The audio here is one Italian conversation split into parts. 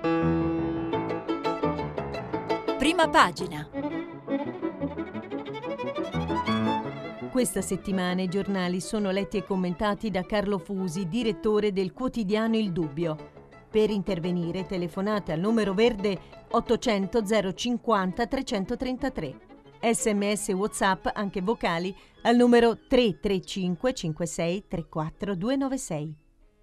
Prima pagina. Questa settimana i giornali sono letti e commentati da Carlo Fusi, direttore del quotidiano Il Dubbio. Per intervenire telefonate al numero verde 800 050 333. SMS WhatsApp, anche vocali, al numero 335 56 34 296.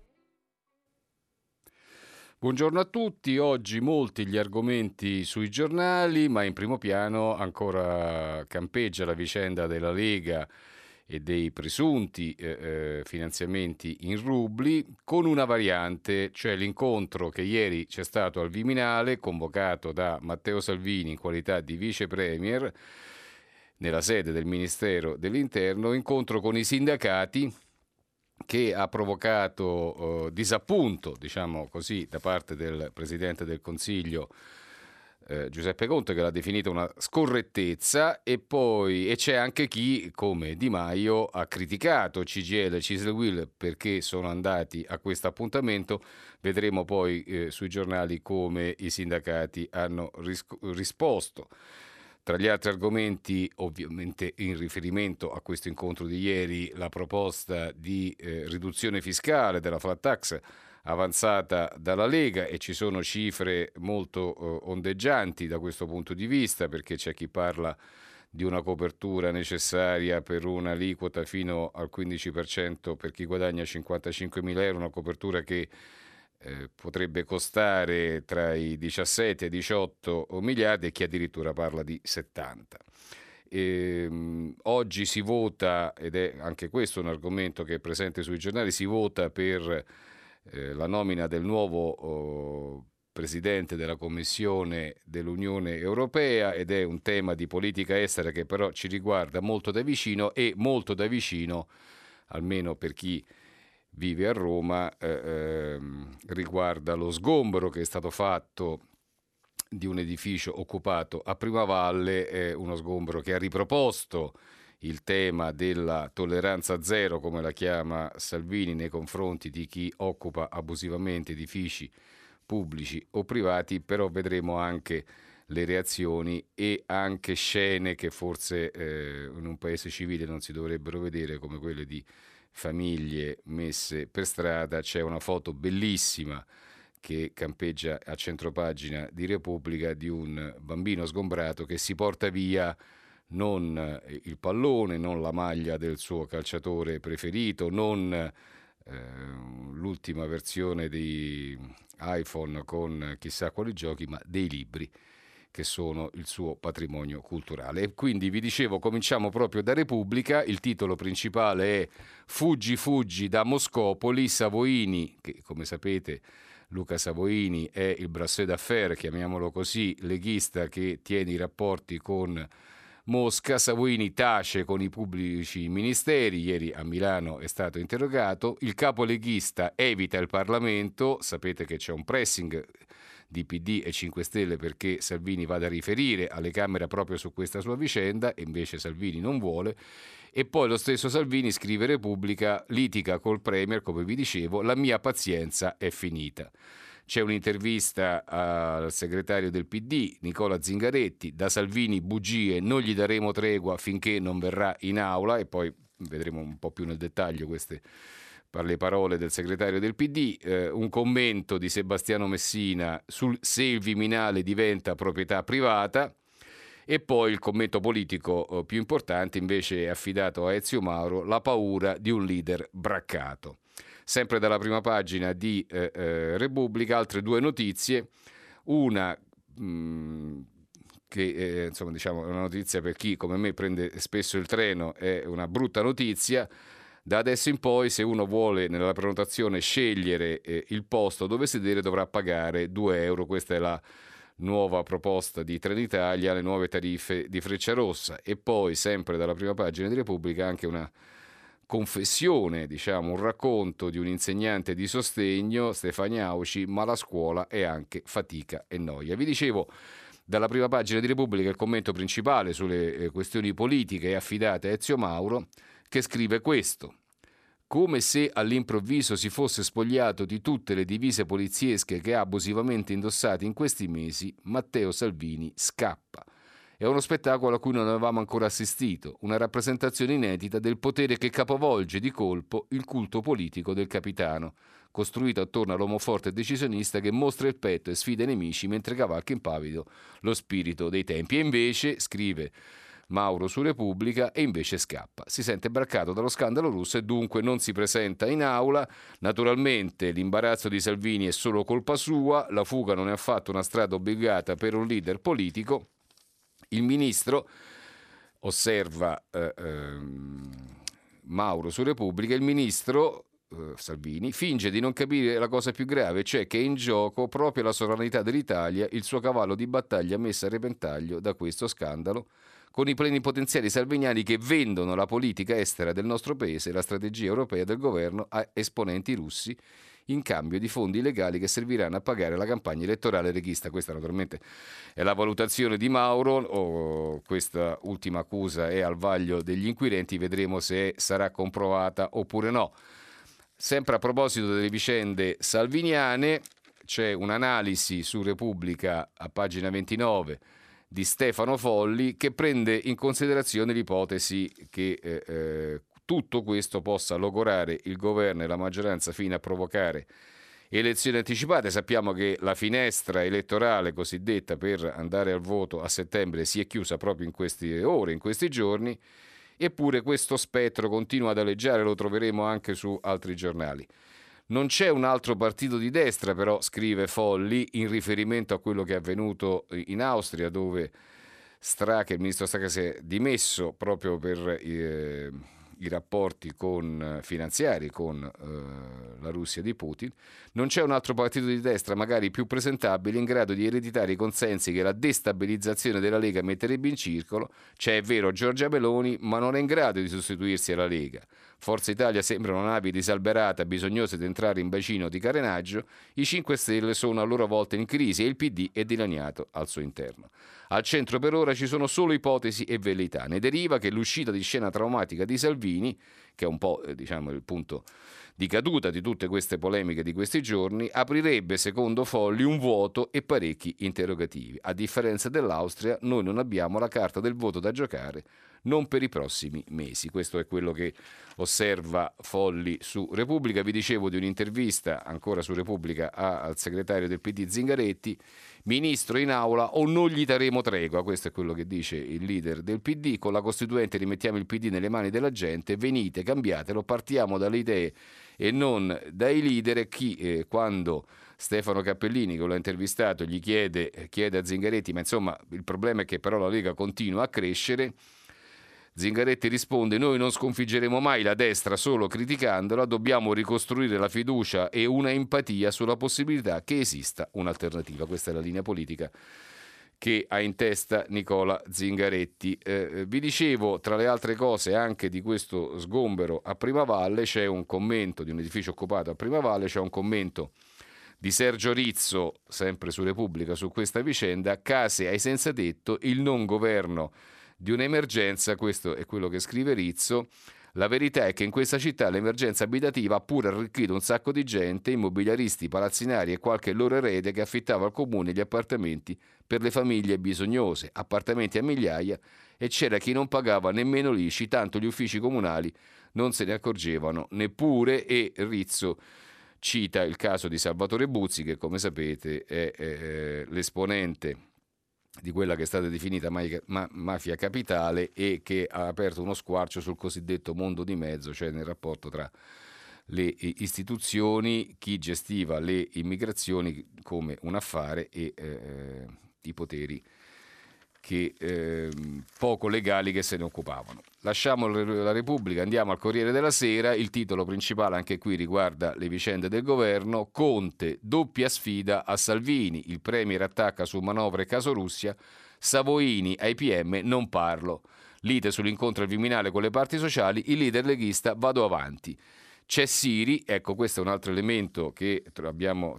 Buongiorno a tutti, oggi molti gli argomenti sui giornali, ma in primo piano ancora campeggia la vicenda della Lega e dei presunti finanziamenti in rubli, con una variante, cioè l'incontro che ieri c'è stato al Viminale, convocato da Matteo Salvini in qualità di vice premier, nella sede del Ministero dell'Interno, incontro con i sindacati, che ha provocato disappunto, diciamo così, da parte del Presidente del Consiglio Giuseppe Conte, che l'ha definita una scorrettezza, e c'è anche chi, come Di Maio, ha criticato CGIL e CISL-UIL perché sono andati a questo appuntamento. Vedremo poi sui giornali come i sindacati hanno risposto. Tra gli altri argomenti, ovviamente in riferimento a questo incontro di ieri, la proposta di riduzione fiscale della flat tax avanzata dalla Lega, e ci sono cifre molto ondeggianti da questo punto di vista, perché c'è chi parla di una copertura necessaria per un'aliquota fino al 15% per chi guadagna 55.000 euro, una copertura che potrebbe costare tra i 17 e i 18 miliardi, e chi addirittura parla di 70. Oggi si vota, ed è anche questo un argomento che è presente sui giornali, si vota per la nomina del nuovo presidente della Commissione dell'Unione Europea, ed è un tema di politica estera che però ci riguarda molto da vicino, e molto da vicino, almeno per chi vive a Roma, riguarda lo sgombero che è stato fatto di un edificio occupato a Primavalle, uno sgombero che ha riproposto il tema della tolleranza zero, come la chiama Salvini, nei confronti di chi occupa abusivamente edifici pubblici o privati. Però vedremo anche le reazioni e anche scene che forse in un paese civile non si dovrebbero vedere, come quelle di famiglie messe per strada. C'è una foto bellissima che campeggia a centropagina di Repubblica di un bambino sgombrato che si porta via non il pallone, non la maglia del suo calciatore preferito, non l'ultima versione di iPhone con chissà quali giochi, ma dei libri che sono il suo patrimonio culturale. E quindi vi dicevo, cominciamo proprio da Repubblica. Il titolo principale è "Fuggi, fuggi da Moscopoli". Savoini, che come sapete Luca Savoini è il brasseur d'affaires, chiamiamolo così, leghista che tiene i rapporti con Mosca. Savoini tace con i pubblici ministeri, ieri a Milano è stato interrogato. Il capo leghista evita il Parlamento, sapete che c'è un pressing di PD e 5 Stelle perché Salvini vada a riferire alle Camere proprio su questa sua vicenda, e invece Salvini non vuole. E poi lo stesso Salvini, scrive Repubblica, litiga col Premier, come vi dicevo, "la mia pazienza è finita". C'è un'intervista al segretario del PD, Nicola Zingaretti: "Da Salvini bugie, non gli daremo tregua finché non verrà in aula", e poi vedremo un po' più nel dettaglio queste le parole del segretario del PD. Un commento di Sebastiano Messina sul se il Viminale diventa proprietà privata, e poi il commento politico più importante invece è affidato a Ezio Mauro: "la paura di un leader braccato". Sempre dalla prima pagina di Repubblica, altre due notizie. Una che insomma, diciamo, è una notizia per chi come me prende spesso il treno, è una brutta notizia. Da adesso in poi, se uno vuole nella prenotazione scegliere il posto dove sedere, dovrà pagare 2 euro. Questa è la nuova proposta di Trenitalia, le nuove tariffe di Frecciarossa. E poi, sempre dalla prima pagina di Repubblica, anche una confessione, diciamo, un racconto di un insegnante di sostegno, Stefania Auci: "ma la scuola è anche fatica e noia". Vi dicevo, dalla prima pagina di Repubblica il commento principale sulle questioni politiche è affidato a Ezio Mauro, che scrive questo: come se all'improvviso si fosse spogliato di tutte le divise poliziesche che ha abusivamente indossate in questi mesi, Matteo Salvini scappa. È uno spettacolo a cui non avevamo ancora assistito, una rappresentazione inedita del potere che capovolge di colpo il culto politico del capitano, costruito attorno all'uomo forte e decisionista che mostra il petto e sfida i nemici mentre cavalca impavido lo spirito dei tempi. E invece, scrive Mauro su Repubblica, e invece scappa. Si sente braccato dallo scandalo russo e dunque non si presenta in aula. Naturalmente l'imbarazzo di Salvini è solo colpa sua, la fuga non è affatto una strada obbligata per un leader politico. Il ministro, osserva Mauro su Repubblica, il ministro Salvini finge di non capire la cosa più grave, cioè che è in gioco proprio la sovranità dell'Italia, il suo cavallo di battaglia messo a repentaglio da questo scandalo, con i plenipotenziari salviniani che vendono la politica estera del nostro paese e la strategia europea del governo a esponenti russi in cambio di fondi legali che serviranno a pagare la campagna elettorale leghista. Questa naturalmente è la valutazione di Mauro. Questa ultima accusa è al vaglio degli inquirenti, vedremo se sarà comprovata oppure no. Sempre a proposito delle vicende salviniane, c'è un'analisi su Repubblica a pagina 29 di Stefano Folli che prende in considerazione l'ipotesi che tutto questo possa logorare il governo e la maggioranza fino a provocare elezioni anticipate. Sappiamo che la finestra elettorale cosiddetta per andare al voto a settembre si è chiusa proprio in queste ore, in questi giorni, eppure questo spettro continua ad aleggiare, lo troveremo anche su altri giornali. Non c'è un altro partito di destra, però, scrive Folli, in riferimento a quello che è avvenuto in Austria, dove il ministro Strache si è dimesso proprio per i rapporti finanziari con la Russia di Putin. Non c'è un altro partito di destra, magari più presentabile, in grado di ereditare i consensi che la destabilizzazione della Lega metterebbe in circolo. C'è, è vero, Giorgia Meloni, ma non è in grado di sostituirsi alla Lega. Forza Italia sembra una nave disalberata, bisognosa di entrare in bacino di carenaggio. I 5 Stelle sono a loro volta in crisi e il PD è dilaniato al suo interno. Al centro per ora ci sono solo ipotesi e velleità. Ne deriva che l'uscita di scena traumatica di Salvini, che è un po' il punto di caduta di tutte queste polemiche di questi giorni, aprirebbe, secondo Folli, un vuoto e parecchi interrogativi. A differenza dell'Austria, noi non abbiamo la carta del voto da giocare, non per i prossimi mesi. Questo è quello che osserva Folli su Repubblica. Vi dicevo di un'intervista, ancora su Repubblica, al segretario del PD Zingaretti. Ministro in aula o non gli daremo tregua, questo è quello che dice il leader del PD. Con la Costituente rimettiamo il PD nelle mani della gente, venite, cambiatelo, partiamo dalle idee e non dai leader. E chi quando Stefano Cappellini, che l'ha intervistato, gli chiede a Zingaretti, ma insomma il problema è che però la Lega continua a crescere, Zingaretti risponde: noi non sconfiggeremo mai la destra solo criticandola, dobbiamo ricostruire la fiducia e una empatia sulla possibilità che esista un'alternativa. Questa è la linea politica che ha in testa Nicola Zingaretti. Vi dicevo, tra le altre cose, anche di questo sgombero a Primavalle, c'è un commento di un edificio occupato a Primavalle, c'è un commento di Sergio Rizzo, sempre su Repubblica, su questa vicenda. Case ai senza tetto, il non governo di un'emergenza, questo è quello che scrive Rizzo. La verità è che in questa città l'emergenza abitativa ha pure arricchito un sacco di gente, immobiliaristi, palazzinari e qualche loro erede che affittava al comune gli appartamenti per le famiglie bisognose, appartamenti a migliaia, e c'era chi non pagava nemmeno l'ICI, tanto gli uffici comunali non se ne accorgevano neppure. E Rizzo cita il caso di Salvatore Buzzi, che come sapete è l'esponente di quella che è stata definita mafia capitale e che ha aperto uno squarcio sul cosiddetto mondo di mezzo, cioè nel rapporto tra le istituzioni, chi gestiva le immigrazioni come un affare e i poteri poco legali che se ne occupavano. Lasciamo la Repubblica, andiamo al Corriere della Sera. Il titolo principale anche qui riguarda le vicende del governo. Conte, doppia sfida a Salvini, il premier attacca su manovre caso Russia, Savoini ai PM non parlo, lite sull'incontro al Viminale con le parti sociali, il leader leghista vado avanti. C'è Siri, ecco, questo è un altro elemento che abbiamo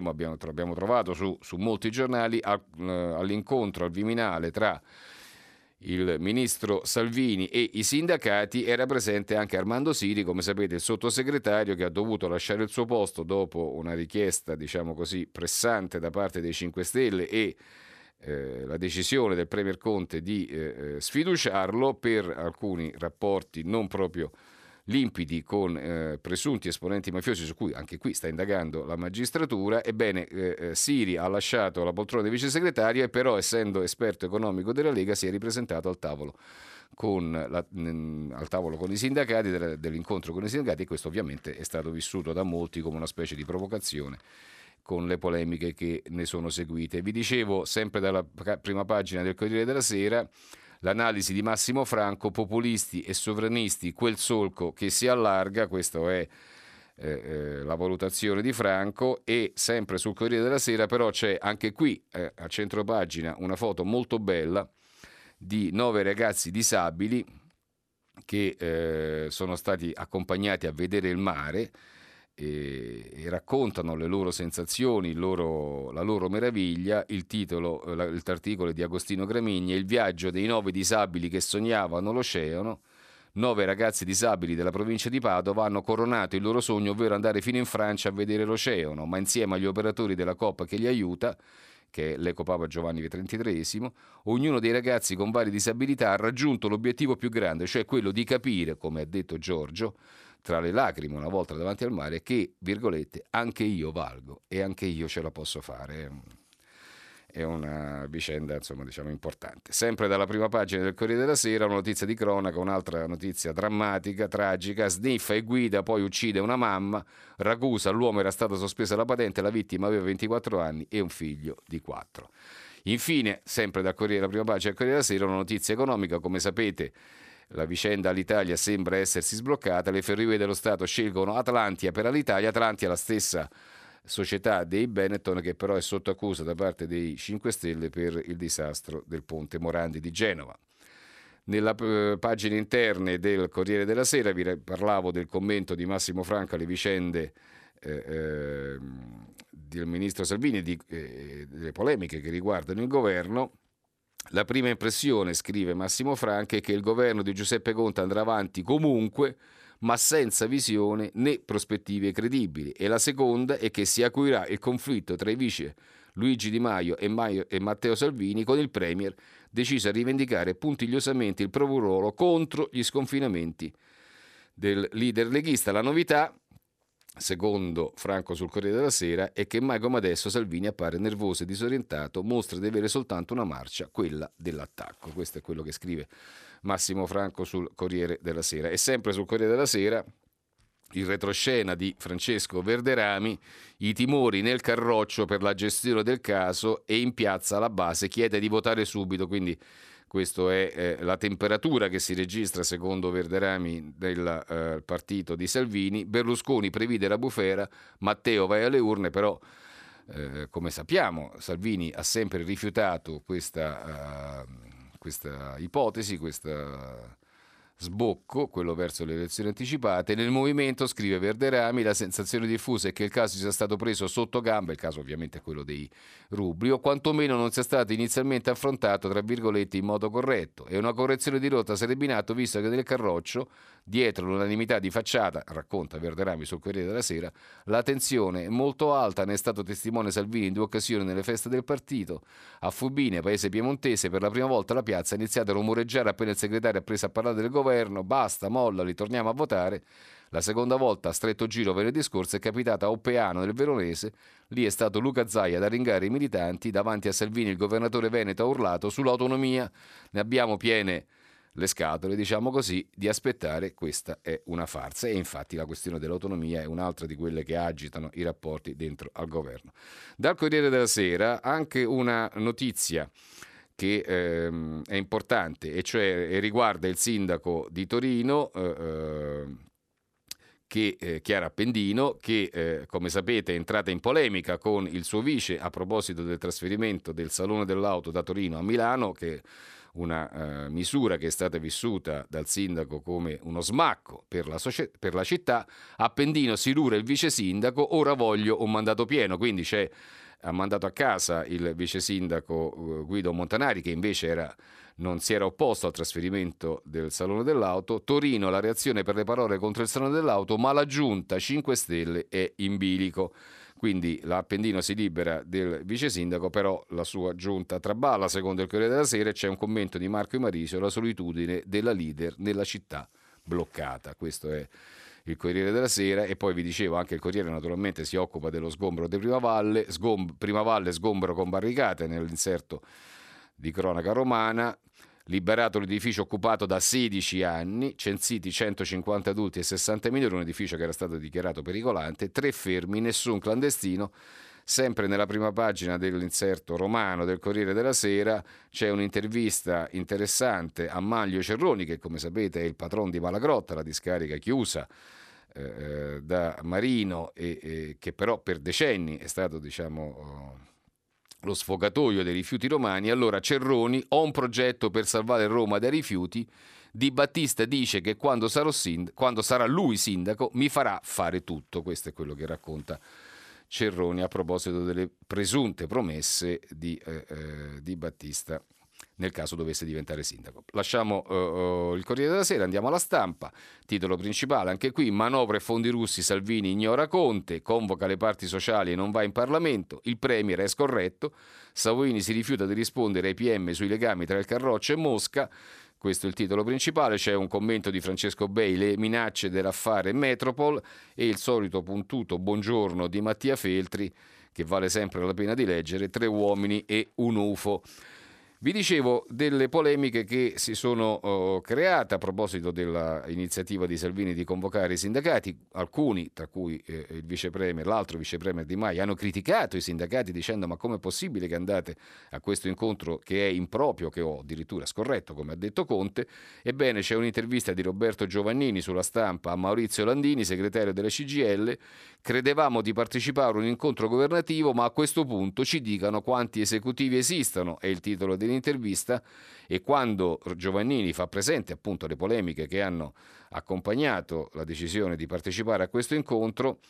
trovato su molti giornali, all'incontro al Viminale tra il ministro Salvini e i sindacati, era presente anche Armando Siri, come sapete il sottosegretario, che ha dovuto lasciare il suo posto dopo una richiesta, diciamo così, pressante da parte dei 5 Stelle e la decisione del Premier Conte di sfiduciarlo per alcuni rapporti non proprio limpidi con presunti esponenti mafiosi su cui anche qui sta indagando la magistratura. Ebbene, Siri ha lasciato la poltrona di vicesegretario e però, essendo esperto economico della Lega, si è ripresentato al tavolo con i sindacati, dell'incontro con i sindacati, e questo ovviamente è stato vissuto da molti come una specie di provocazione, con le polemiche che ne sono seguite. Vi dicevo, sempre dalla prima pagina del Corriere della Sera, l'analisi di Massimo Franco: populisti e sovranisti, quel solco che si allarga. Questa è la valutazione di Franco. E sempre sul Corriere della Sera però c'è anche qui a centropagina una foto molto bella di 9 ragazzi disabili che sono stati accompagnati a vedere il mare e raccontano le loro sensazioni, la loro meraviglia. Il titolo, l'articolo è di Agostino Gramigna: il viaggio dei 9 disabili che sognavano l'oceano. 9 ragazzi disabili della provincia di Padova hanno coronato il loro sogno, ovvero andare fino in Francia a vedere l'oceano, ma insieme agli operatori della Coop che li aiuta, che è l'Ecopapa Giovanni XXIII, ognuno dei ragazzi con varie disabilità ha raggiunto l'obiettivo più grande, cioè quello di capire, come ha detto Giorgio, tra le lacrime una volta davanti al mare, che, virgolette, anche io valgo e anche io ce la posso fare. È una vicenda, insomma, diciamo importante. Sempre dalla prima pagina del Corriere della Sera, una notizia di cronaca, un'altra notizia drammatica, tragica: sniffa e guida, poi uccide una mamma. Ragusa, l'uomo era stato sospesa la patente, la vittima aveva 24 anni e un figlio di 4. Infine, sempre dal Corriere, la prima pagina del Corriere della Sera, una notizia economica. Come sapete, la vicenda all'Italia sembra essersi sbloccata. Le ferrovie dello Stato scelgono Atlantia per Alitalia. Atlantia è la stessa società dei Benetton, che però è sotto accusa da parte dei 5 Stelle per il disastro del ponte Morandi di Genova. Nella pagine interne del Corriere della Sera vi parlavo del commento di Massimo Franco alle vicende del ministro Salvini e delle polemiche che riguardano il governo. La prima impressione, scrive Massimo Franco, è che il governo di Giuseppe Conte andrà avanti comunque, ma senza visione né prospettive credibili. E la seconda è che si acuirà il conflitto tra i vice Luigi Di Maio e Matteo Salvini, con il Premier deciso a rivendicare puntigliosamente il proprio ruolo contro gli sconfinamenti del leader leghista. La novità, secondo Franco sul Corriere della Sera, è che mai come adesso Salvini appare nervoso e disorientato, mostra di avere soltanto una marcia, quella dell'attacco. Questo è quello che scrive Massimo Franco sul Corriere della Sera. E sempre sul Corriere della Sera il retroscena di Francesco Verderami: i timori nel Carroccio per la gestione del caso e in piazza la base chiede di votare subito. Quindi questa è la temperatura che si registra, secondo Verderami, del partito di Salvini. Berlusconi previde la bufera, Matteo vai alle urne, però come sappiamo Salvini ha sempre rifiutato questa ipotesi, questo sbocco, quello verso le elezioni anticipate. Nel movimento, scrive Verderami, la sensazione diffusa è che il caso sia stato preso sotto gamba, il caso ovviamente è quello dei rubli, o quantomeno non sia stato inizialmente affrontato, tra virgolette, in modo corretto. E una correzione di rotta sarebbe in atto, visto che nel Carroccio, dietro l'unanimità di facciata, racconta Verderami sul Corriere della Sera, la tensione è molto alta. Ne è stato testimone Salvini in 2 occasioni nelle feste del partito. A Fubine, paese piemontese, per la prima volta la piazza ha iniziato a rumoreggiare appena il segretario ha preso a parlare del governo: basta, molla, ritorniamo a votare. La seconda volta, a stretto giro venerdì scorso, è capitata a Oppeano nel Veronese. Lì è stato Luca Zaia ad arringare i militanti. Davanti a Salvini il governatore veneto ha urlato: sull'autonomia ne abbiamo piene le scatole, diciamo così, di aspettare, questa è una farsa. E infatti la questione dell'autonomia è un'altra di quelle che agitano i rapporti dentro al governo. Dal Corriere della Sera anche una notizia che è importante, e cioè riguarda il sindaco di Torino, Chiara Appendino, che come sapete è entrata in polemica con il suo vice a proposito del trasferimento del Salone dell'Auto da Torino a Milano, che una misura che è stata vissuta dal sindaco come uno smacco per la città. Appendino si rura il vice sindaco: ora voglio un mandato pieno. Quindi c'è ha mandato a casa il vice sindaco Guido Montanari, che invece non si era opposto al trasferimento del Salone dell'Auto. Torino, la reazione per le parole contro il Salone dell'Auto, ma la giunta 5 Stelle è in bilico. Quindi l'Appendino si libera del vice sindaco, però la sua giunta traballa, secondo il Corriere della Sera, e c'è un commento di Marco Imarisio: la solitudine della leader nella città bloccata. Questo è il Corriere della Sera. E poi vi dicevo, anche il Corriere naturalmente si occupa dello sgombro di Primavalle, sgombro con barricate nell'inserto di cronaca romana. Liberato l'edificio occupato da 16 anni, censiti 150 adulti e 60 minori, un edificio che era stato dichiarato pericolante, 3 fermi, nessun clandestino. Sempre nella prima pagina dell'inserto romano del Corriere della Sera c'è un'intervista interessante a Manlio Cerroni, che come sapete è il patron di Malagrotta, la discarica chiusa da Marino e che però per decenni è stato, lo sfogatoio dei rifiuti romani. Allora Cerroni: ho un progetto per salvare Roma dai rifiuti. Di Battista dice che quando sarà lui sindaco mi farà fare tutto. Questo è quello che racconta Cerroni a proposito delle presunte promesse di Battista nel caso dovesse diventare sindaco. Lasciamo il Corriere della Sera, andiamo alla Stampa. Titolo principale, anche qui: manovre e fondi russi, Salvini ignora Conte, convoca le parti sociali e non va in Parlamento, il premier è scorretto, Salvini si rifiuta di rispondere ai PM sui legami tra il Carroccio e Mosca. Questo è il titolo principale. C'è un commento di Francesco Bei: le minacce dell'affare Metropol, e il solito puntuto buongiorno di Mattia Feltri, che vale sempre la pena di leggere: 3 uomini e un UFO. Vi dicevo delle polemiche che si sono create a proposito dell'iniziativa di Salvini di convocare i sindacati. Alcuni, tra cui l'altro vicepremier Di Maio, hanno criticato i sindacati dicendo: ma com'è possibile che andate a questo incontro che è improprio, che ho addirittura scorretto, come ha detto Conte. Ebbene, c'è un'intervista di Roberto Giovannini sulla Stampa a Maurizio Landini, segretario della CGIL: credevamo di partecipare a un incontro governativo, ma a questo punto ci dicano quanti esecutivi esistono, è il titolo dell'intervista. E quando Giovannini fa presente appunto le polemiche che hanno accompagnato la decisione di partecipare a questo incontro,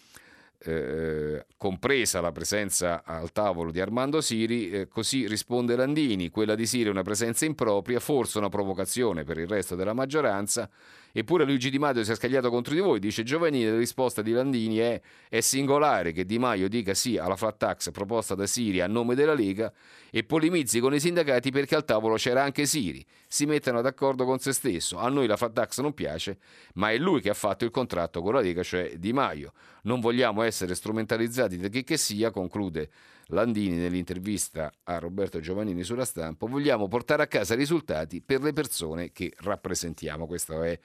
compresa la presenza al tavolo di Armando Siri, così risponde Landini: quella di Siri è una presenza impropria, forse una provocazione per il resto della maggioranza. Eppure Luigi Di Maio si è scagliato contro di voi, dice Giovannini. La risposta di Landini è singolare che Di Maio dica sì alla flat tax proposta da Siri a nome della Lega e polemizzi con i sindacati perché al tavolo c'era anche Siri. Si mettano d'accordo con se stesso: a noi la flat tax non piace, ma è lui che ha fatto il contratto con la Lega, cioè Di Maio. Non vogliamo essere strumentalizzati da chi che sia, conclude Landini nell'intervista a Roberto Giovannini sulla Stampa. Vogliamo portare a casa risultati per le persone che rappresentiamo. Questo è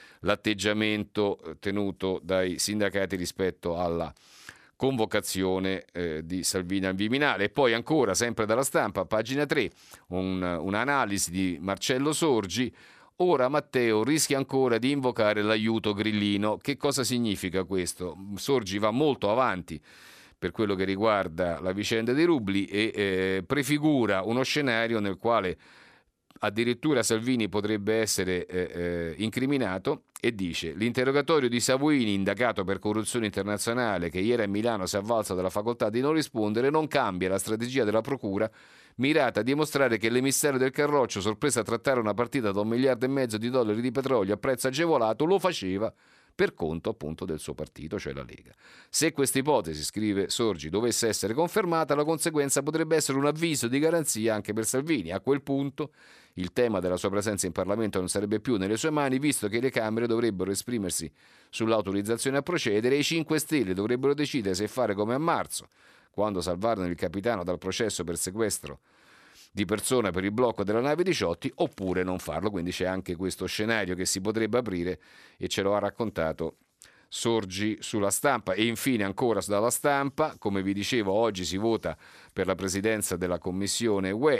l'atteggiamento tenuto dai sindacati rispetto alla convocazione di Salvini al Viminale. E poi ancora, sempre dalla Stampa, pagina 3, un'analisi di Marcello Sorgi: ora Matteo rischia ancora di invocare l'aiuto grillino. Che cosa significa questo? Sorgi va molto avanti per quello che riguarda la vicenda dei rubli e prefigura uno scenario nel quale addirittura Salvini potrebbe essere incriminato, e dice: l'interrogatorio di Savoini, indagato per corruzione internazionale, che ieri a Milano si è avvalso della facoltà di non rispondere, non cambia la strategia della procura mirata a dimostrare che l'emissario del Carroccio, sorpreso a trattare una partita da $1,5 miliardi di petrolio a prezzo agevolato, lo faceva per conto appunto del suo partito, cioè la Lega. Se questa ipotesi, scrive Sorgi, dovesse essere confermata, la conseguenza potrebbe essere un avviso di garanzia anche per Salvini. A quel punto il tema della sua presenza in Parlamento non sarebbe più nelle sue mani, visto che le Camere dovrebbero esprimersi sull'autorizzazione a procedere e i 5 Stelle dovrebbero decidere se fare come a marzo, quando salvarono il capitano dal processo per sequestro di persona per il blocco della nave Diciotti, oppure non farlo. Quindi c'è anche questo scenario che si potrebbe aprire e ce lo ha raccontato Sorgi sulla Stampa. E infine ancora dalla Stampa, come vi dicevo, oggi si vota per la presidenza della Commissione UE,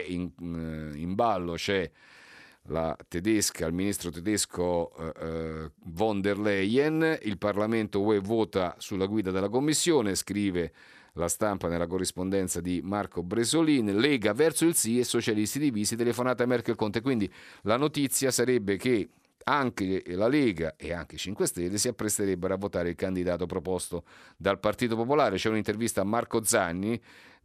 in ballo c'è il ministro tedesco von der Leyen. Il Parlamento UE vota sulla guida della Commissione, scrive la Stampa nella corrispondenza di Marco Bresolin. Lega verso il sì e socialisti divisi, telefonata Merkel-Conte. Quindi la notizia sarebbe che anche la Lega e anche i 5 Stelle si appresterebbero a votare il candidato proposto dal Partito Popolare. C'è un'intervista a Marco Zanni,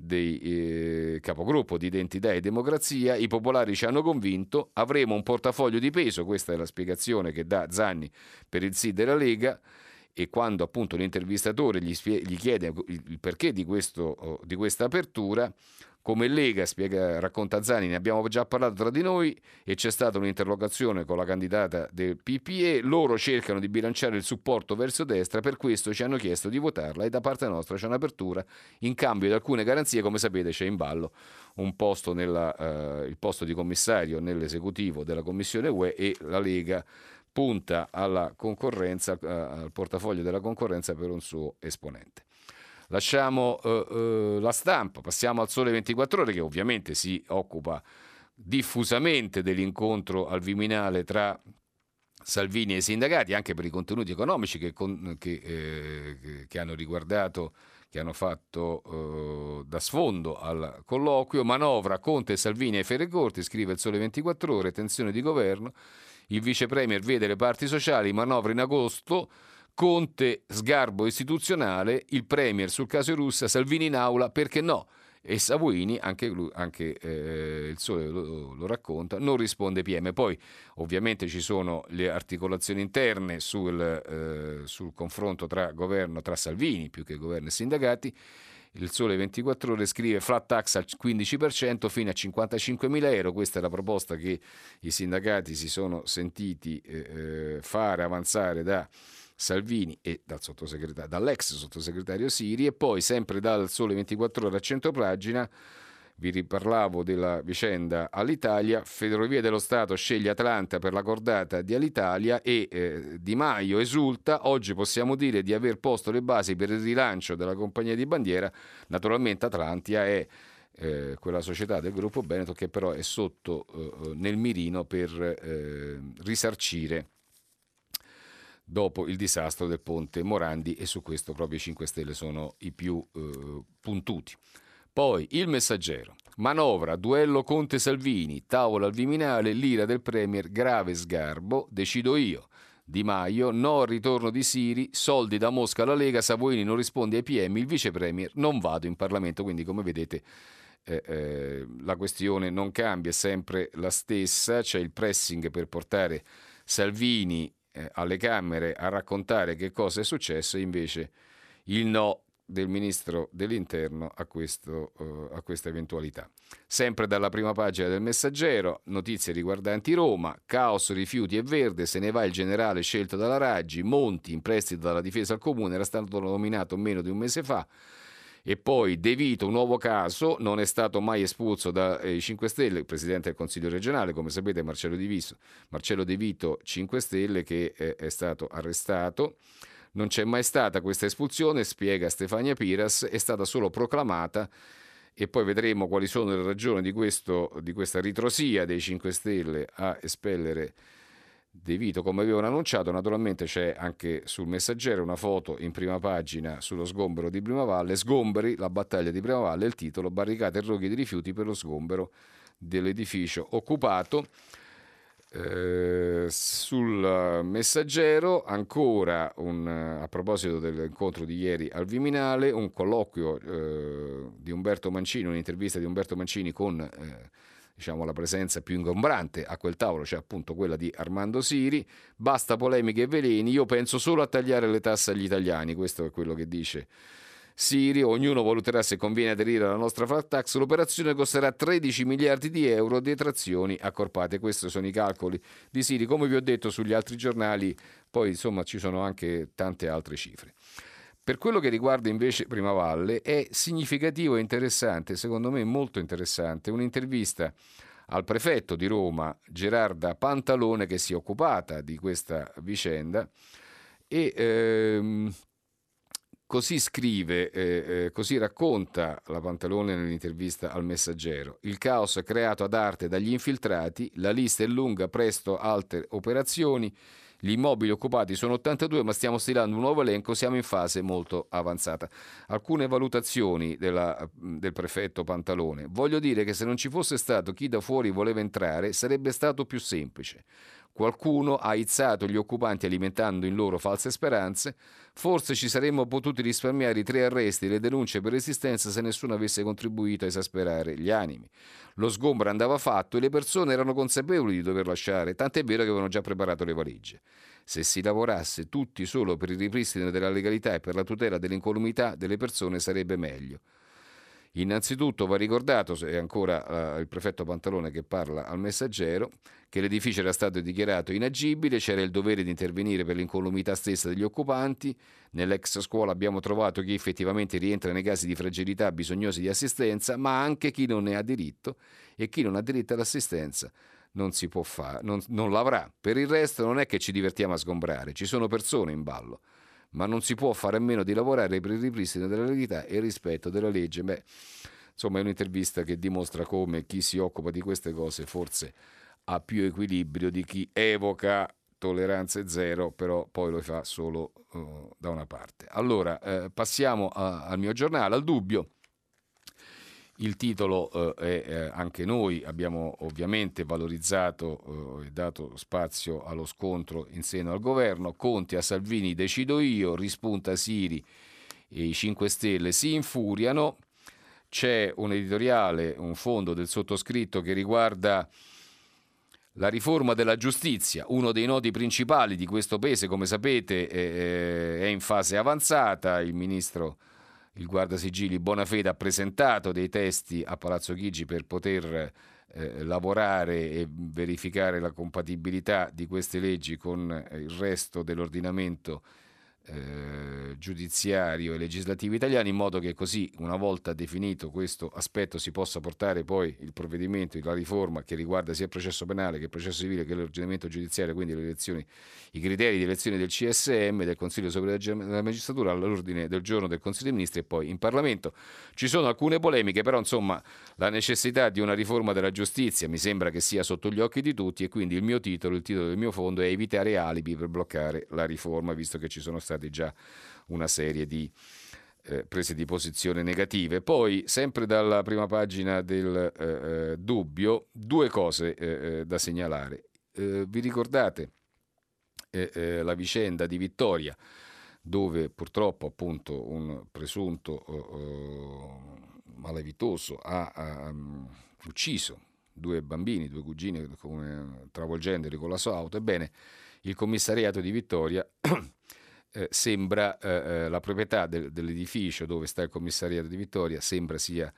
dei capogruppo di Identità e Democrazia. I popolari ci hanno convinto, avremo un portafoglio di peso, questa è la spiegazione che dà Zanni per il sì della Lega. E quando appunto l'intervistatore gli chiede il perché di questa apertura, come Lega, racconta Zanni, ne abbiamo già parlato tra di noi e c'è stata un'interlocuzione con la candidata del PPE, loro cercano di bilanciare il supporto verso destra, per questo ci hanno chiesto di votarla e da parte nostra c'è un'apertura in cambio di alcune garanzie. Come sapete c'è in ballo un posto il posto di commissario nell'esecutivo della Commissione UE e la Lega punta alla concorrenza, al portafoglio della concorrenza per un suo esponente. Lasciamo la Stampa, passiamo al Sole 24 Ore, che ovviamente si occupa diffusamente dell'incontro al Viminale tra Salvini e i sindacati, anche per i contenuti economici che hanno riguardato, che hanno fatto da sfondo al colloquio. Manovra, Conte, Salvini e Ferrecorti, scrive il Sole 24 Ore, tensione di governo, il vice premier vede le parti sociali, manovra in agosto, Conte sgarbo istituzionale, il premier sul caso Russia, Salvini in aula, perché no? E Savoini, anche il Sole lo racconta, non risponde PM. Poi ovviamente ci sono le articolazioni interne sul confronto tra governo, tra Salvini più che governo e sindacati. Il Sole 24 Ore scrive flat tax al 15% fino a 55.000 euro, questa è la proposta che i sindacati si sono sentiti fare avanzare da Salvini e dall'ex sottosegretario Siri. E poi sempre dal Sole 24 Ore a centropagina vi riparlavo della vicenda Alitalia. Ferrovie dello Stato sceglie Atlanta per la cordata di Alitalia e Di Maio esulta, oggi possiamo dire di aver posto le basi per il rilancio della compagnia di bandiera. Naturalmente Atlantia è quella società del gruppo Benetton che però è sotto nel mirino per risarcire dopo il disastro del ponte Morandi, e su questo proprio i 5 Stelle sono i più puntuti. Poi il Messaggero, manovra, duello Conte-Salvini, tavola al Viminale, l'ira del premier, grave sgarbo, decido io. Di Maio, no al ritorno di Siri, soldi da Mosca alla Lega, Savoini non risponde ai PM, il vice premier, non vado in Parlamento. Quindi come vedete la questione non cambia, è sempre la stessa, c'è il pressing per portare Salvini alle Camere a raccontare che cosa è successo, e invece il no del ministro dell'Interno a questa eventualità. Sempre dalla prima pagina del Messaggero, notizie riguardanti Roma, caos rifiuti e Verde, se ne va il generale scelto dalla Raggi, Monti in prestito dalla difesa al comune, era stato nominato meno di un mese fa. E poi De Vito, un nuovo caso, non è stato mai espulso dai 5 Stelle, il presidente del Consiglio regionale, come sapete Marcello De Vito 5 Stelle, che è stato arrestato. Non c'è mai stata questa espulsione, spiega Stefania Piras, è stata solo proclamata, e poi vedremo quali sono le ragioni di questa ritrosia dei 5 Stelle a espellere De Vito, come avevano annunciato. Naturalmente c'è anche sul Messaggero una foto in prima pagina sullo sgombero di Primavalle, sgomberi, la battaglia di Primavalle, il titolo, barricate e roghi di rifiuti per lo sgombero dell'edificio occupato. Sul Messaggero ancora a proposito dell'incontro di ieri al Viminale, un colloquio di Umberto Mancini, un'intervista di Umberto Mancini con la presenza più ingombrante a quel tavolo, cioè appunto quella di Armando Siri. Basta polemiche e veleni, io penso solo a tagliare le tasse agli italiani, questo è quello che dice Siri. Ognuno valuterà se conviene aderire alla nostra flat tax, l'operazione costerà 13 miliardi di euro, detrazioni accorpate. Questi sono i calcoli di Siri, come vi ho detto sugli altri giornali, poi insomma ci sono anche tante altre cifre. Per quello che riguarda invece Primavalle è significativo e interessante, secondo me molto interessante, un'intervista al prefetto di Roma Gerarda Pantalone, che si è occupata di questa vicenda e così scrive, così racconta la Pantalone nell'intervista al Messaggero. Il caos creato ad arte dagli infiltrati, la lista è lunga, presto altre operazioni, gli immobili occupati sono 82, ma stiamo stilando un nuovo elenco, siamo in fase molto avanzata. Alcune valutazioni del prefetto Pantalone. Voglio dire che se non ci fosse stato chi da fuori voleva entrare, sarebbe stato più semplice. Qualcuno ha aizzato gli occupanti alimentando in loro false speranze. Forse ci saremmo potuti risparmiare i 3 arresti e le denunce per resistenza se nessuno avesse contribuito a esasperare gli animi. Lo sgombro andava fatto e le persone erano consapevoli di dover lasciare, tant'è vero che avevano già preparato le valigie. Se si lavorasse tutti solo per il ripristino della legalità e per la tutela dell'incolumità delle persone sarebbe meglio. Innanzitutto va ricordato, è ancora il prefetto Pantalone che parla al Messaggero, che l'edificio era stato dichiarato inagibile, c'era il dovere di intervenire per l'incolumità stessa degli occupanti. Nell'ex scuola abbiamo trovato chi effettivamente rientra nei casi di fragilità bisognosi di assistenza, ma anche chi non ne ha diritto, e chi non ha diritto all'assistenza non si può fare, non l'avrà. Per il resto non è che ci divertiamo a sgombrare, ci sono persone in ballo, ma non si può fare a meno di lavorare per il ripristino della legalità e il rispetto della legge. Insomma, è un'intervista che dimostra come chi si occupa di queste cose forse ha più equilibrio di chi evoca tolleranze zero, però poi lo fa solo da una parte. Allora, passiamo al mio giornale, al Dubbio. Il titolo è anche noi abbiamo ovviamente valorizzato e dato spazio allo scontro in seno al governo. Conte a Salvini decido io, rispunta Siri e i 5 Stelle si infuriano. C'è un editoriale, un fondo del sottoscritto che riguarda la riforma della giustizia, uno dei nodi principali di questo paese, come sapete, è in fase avanzata. Il guardasigilli Bonafede ha presentato dei testi a Palazzo Chigi per poter lavorare e verificare la compatibilità di queste leggi con il resto dell'ordinamento giudiziario e legislativo italiano, in modo che così, una volta definito questo aspetto, si possa portare poi il provvedimento, la riforma che riguarda sia il processo penale che il processo civile che l'ordinamento giudiziario, quindi le elezioni, i criteri di elezione del CSM, del Consiglio Superiore della Magistratura, all'ordine del giorno del Consiglio dei Ministri e poi in Parlamento. Ci sono alcune polemiche, però insomma la necessità di una riforma della giustizia mi sembra che sia sotto gli occhi di tutti, e quindi il titolo del mio fondo è evitare alibi per bloccare la riforma, visto che ci sono state già una serie di prese di posizione negative. Poi, sempre dalla prima pagina del Dubbio, 2 cose da segnalare. Vi ricordate la vicenda di Vittoria, dove purtroppo appunto un presunto malavitoso ha ucciso 2 bambini, 2 cugini, travolgendoli con la sua auto? Ebbene, il commissariato di Vittoria sembra la proprietà dell'edificio dove sta il commissariato di Vittoria sembra sia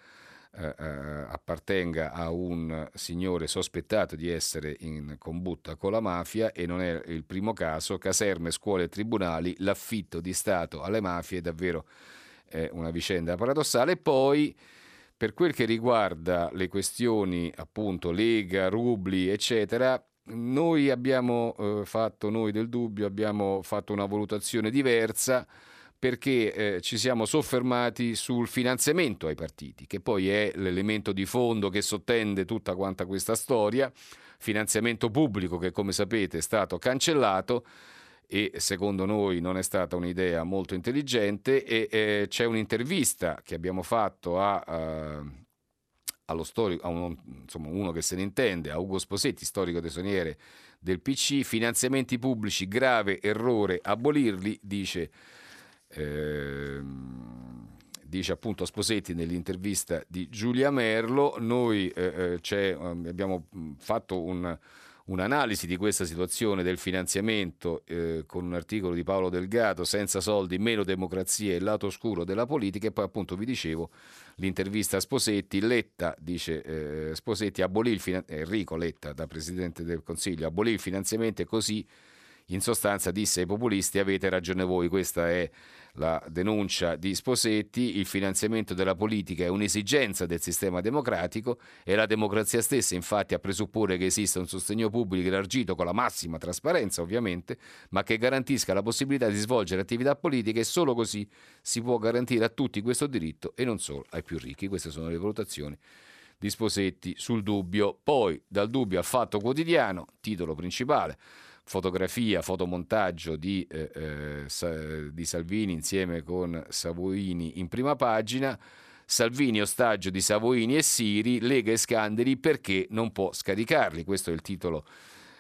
appartenga a un signore sospettato di essere in combutta con la mafia, e non è il primo caso. Caserme, scuole e tribunali, l'affitto di Stato alle mafie, davvero è una vicenda paradossale. E poi, per quel che riguarda le questioni appunto Lega, Rubli eccetera, noi del Dubbio abbiamo fatto una valutazione diversa, perché ci siamo soffermati sul finanziamento ai partiti, che poi è l'elemento di fondo che sottende tutta quanta questa storia. Finanziamento pubblico che, come sapete, è stato cancellato, e secondo noi non è stata un'idea molto intelligente. E c'è un'intervista che abbiamo fatto allo storico, uno che se ne intende, a Ugo Sposetti, storico tesoriere del PC. Finanziamenti pubblici, grave errore abolirli, dice appunto Sposetti nell'intervista di Giulia Merlo. Noi abbiamo fatto un'analisi di questa situazione del finanziamento con un articolo di Paolo Delgado, Senza soldi, meno democrazia, il lato oscuro della politica. E poi appunto vi dicevo l'intervista a Sposetti. Letta, dice Sposetti, Enrico Letta, da Presidente del Consiglio, abolì il finanziamento e così in sostanza disse ai populisti: avete ragione voi. Questa è la denuncia di Sposetti. Il finanziamento della politica è un'esigenza del sistema democratico, e la democrazia stessa infatti a presupporre che esista un sostegno pubblico elargito con la massima trasparenza, ovviamente, ma che garantisca la possibilità di svolgere attività politiche, e solo così si può garantire a tutti questo diritto e non solo ai più ricchi. Queste sono le valutazioni di Sposetti sul Dubbio. Poi dal Dubbio al Fatto Quotidiano, titolo principale: fotografia, fotomontaggio di Salvini insieme con Savoini in prima pagina. Salvini ostaggio di Savoini e Siri, Lega e scandali, perché non può scaricarli. Questo è il titolo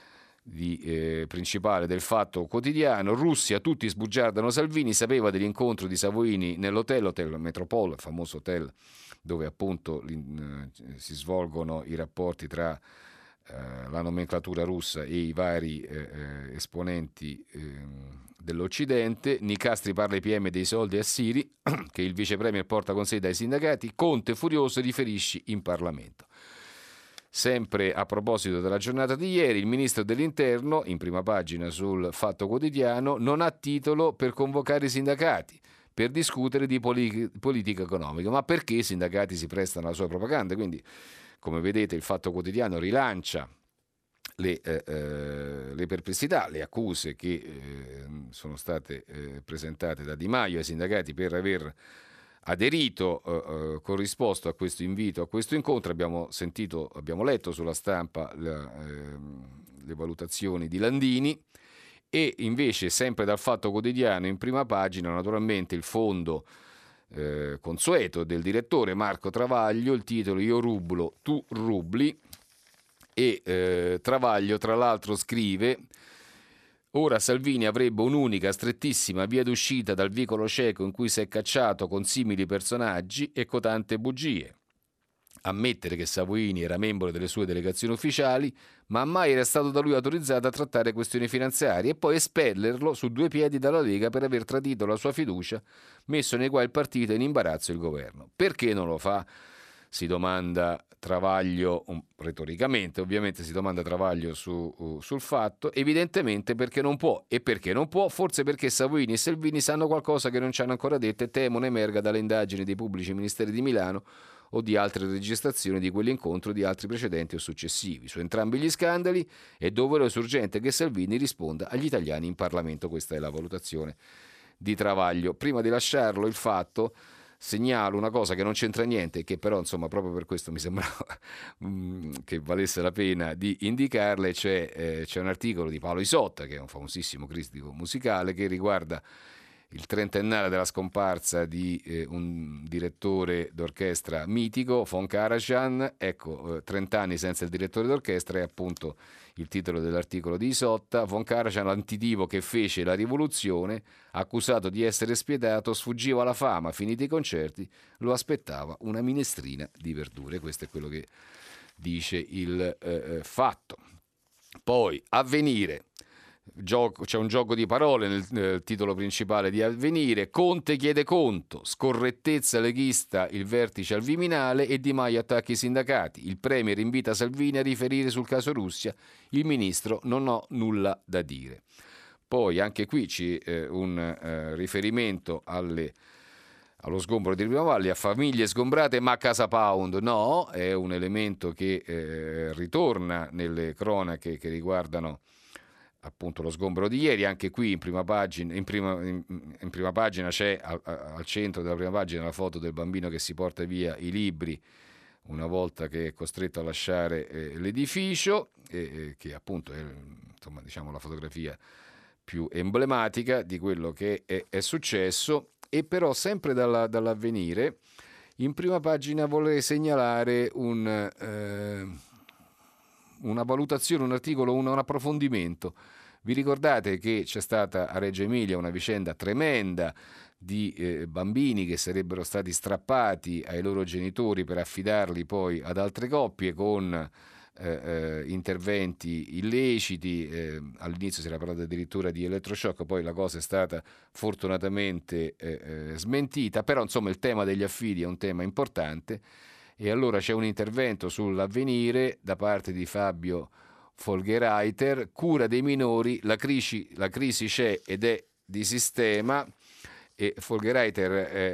principale del Fatto Quotidiano. Russia, tutti sbugiardano Salvini, sapeva dell'incontro di Savoini Hotel Metropole, il famoso hotel dove appunto si svolgono i rapporti tra la nomenclatura russa e i vari esponenti dell'Occidente. Nicastri parla ai PM dei soldi a Siri che il vice premier porta con sé dai sindacati. Conte furioso riferisci in Parlamento. Sempre a proposito della giornata di ieri, il ministro dell'Interno, in prima pagina sul Fatto Quotidiano, non ha titolo per convocare i sindacati per discutere di politica economica. Ma perché i sindacati si prestano alla sua propaganda? Quindi, come vedete, il Fatto Quotidiano rilancia le perplessità, le accuse che sono state presentate da Di Maio ai sindacati per aver aderito, corrisposto a questo invito, a questo incontro. Abbiamo letto sulla stampa le valutazioni di Landini. E invece, sempre dal Fatto Quotidiano, in prima pagina, naturalmente il fondo consueto del direttore Marco Travaglio, il titolo Io rublo, tu rubli, e Travaglio tra l'altro scrive: ora Salvini avrebbe un'unica strettissima via d'uscita dal vicolo cieco in cui si è cacciato con simili personaggi e con tante bugie. Ammettere che Savoini era membro delle sue delegazioni ufficiali, ma mai era stato da lui autorizzato a trattare questioni finanziarie, e poi espellerlo su due piedi dalla Lega per aver tradito la sua fiducia, messo nei guai il partito e in imbarazzo il governo. Perché non lo fa? Si domanda Travaglio, retoricamente ovviamente si domanda Travaglio sul Fatto. Evidentemente perché non può. E perché non può? Forse perché Savoini e Salvini sanno qualcosa che non ci hanno ancora detto e temono emerga dalle indagini dei pubblici ministeri di Milano o di altre registrazioni di quell'incontro o di altri precedenti o successivi. Su entrambi gli scandali è doveroso e urgente che Salvini risponda agli italiani in Parlamento. Questa è la valutazione di Travaglio. Prima di lasciarlo, il Fatto segnalo una cosa che non c'entra niente e che però, insomma, proprio per questo mi sembrava che valesse la pena di indicarle. C'è un articolo di Paolo Isotta, che è un famosissimo critico musicale, che riguarda il trentennale della scomparsa di un direttore d'orchestra mitico, Von Karajan. Ecco, 30 anni senza il direttore d'orchestra è appunto il titolo dell'articolo di Isotta. Von Karajan, l'antitivo che fece la rivoluzione, accusato di essere spietato, sfuggiva alla fama, finiti i concerti, lo aspettava una minestrina di verdure. Questo è quello che dice il Fatto. Poi, Avvenire. C'è un gioco di parole nel titolo principale di Avvenire. Conte chiede conto, scorrettezza leghista il vertice al Viminale e Di Maio attacca i sindacati. Il premier invita Salvini a riferire sul caso Russia, il ministro non ho nulla da dire. Poi anche qui c'è un riferimento allo sgombro di Primavalle, a famiglie sgombrate ma a Casa Pound no, è un elemento che ritorna nelle cronache che riguardano appunto lo sgombero di ieri. Anche qui in prima pagina c'è al centro della prima pagina la foto del bambino che si porta via i libri una volta che è costretto a lasciare l'edificio, che appunto è, insomma, diciamo, la fotografia più emblematica di quello che è successo. E però sempre dall'Avvenire in prima pagina vorrei segnalare una valutazione, un articolo, un approfondimento. Vi ricordate che c'è stata a Reggio Emilia una vicenda tremenda di bambini che sarebbero stati strappati ai loro genitori per affidarli poi ad altre coppie con interventi illeciti. All'inizio si era parlato addirittura di elettroshock, poi la cosa è stata fortunatamente smentita, però insomma il tema degli affidi è un tema importante. E allora c'è un intervento sull'Avvenire da parte di Fabio Folgereiter: cura dei minori, la crisi c'è ed è di sistema. E Folgereiter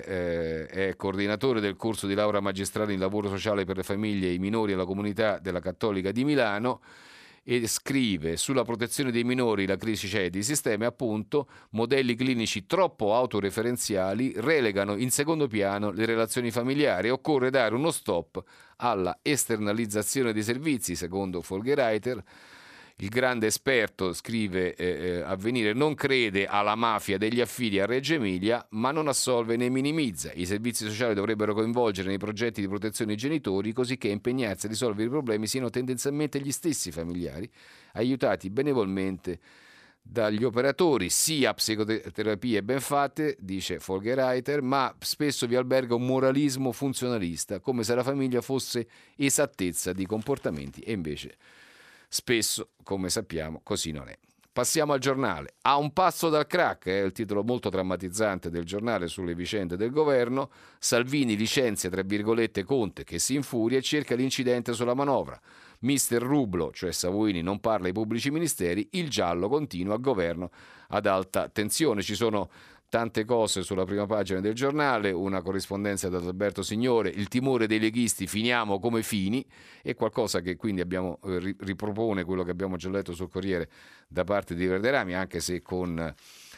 è coordinatore del corso di laurea magistrale in lavoro sociale per le famiglie, i minori e la comunità della Cattolica di Milano, e scrive: sulla protezione dei minori la crisi c'è di sistema, appunto, modelli clinici troppo autoreferenziali relegano in secondo piano le relazioni familiari, occorre dare uno stop alla esternalizzazione dei servizi, secondo Folgereiter. Il grande esperto, scrive Avvenire, non crede alla mafia degli affidi a Reggio Emilia, ma non assolve né minimizza. I servizi sociali dovrebbero coinvolgere nei progetti di protezione i genitori, così che impegnarsi a risolvere i problemi siano tendenzialmente gli stessi familiari, aiutati benevolmente dagli operatori, sia psicoterapie ben fatte, dice Folgereiter, ma spesso vi alberga un moralismo funzionalista, come se la famiglia fosse esattezza di comportamenti, e invece spesso, come sappiamo, così non è. Passiamo al giornale. A un passo dal crack, è il titolo molto drammatizzante del giornale sulle vicende del governo. Salvini licenzia, tra virgolette, Conte, che si infuria e cerca l'incidente sulla manovra. Mister Rublo, cioè Savoini, non parla ai pubblici ministeri, il giallo continua al governo ad alta tensione. Ci sono tante cose sulla prima pagina del giornale, una corrispondenza da Alberto Signore, il timore dei leghisti, finiamo come Fini, e qualcosa che quindi abbiamo ripropone quello che abbiamo già letto sul Corriere da parte di Verderami, anche se con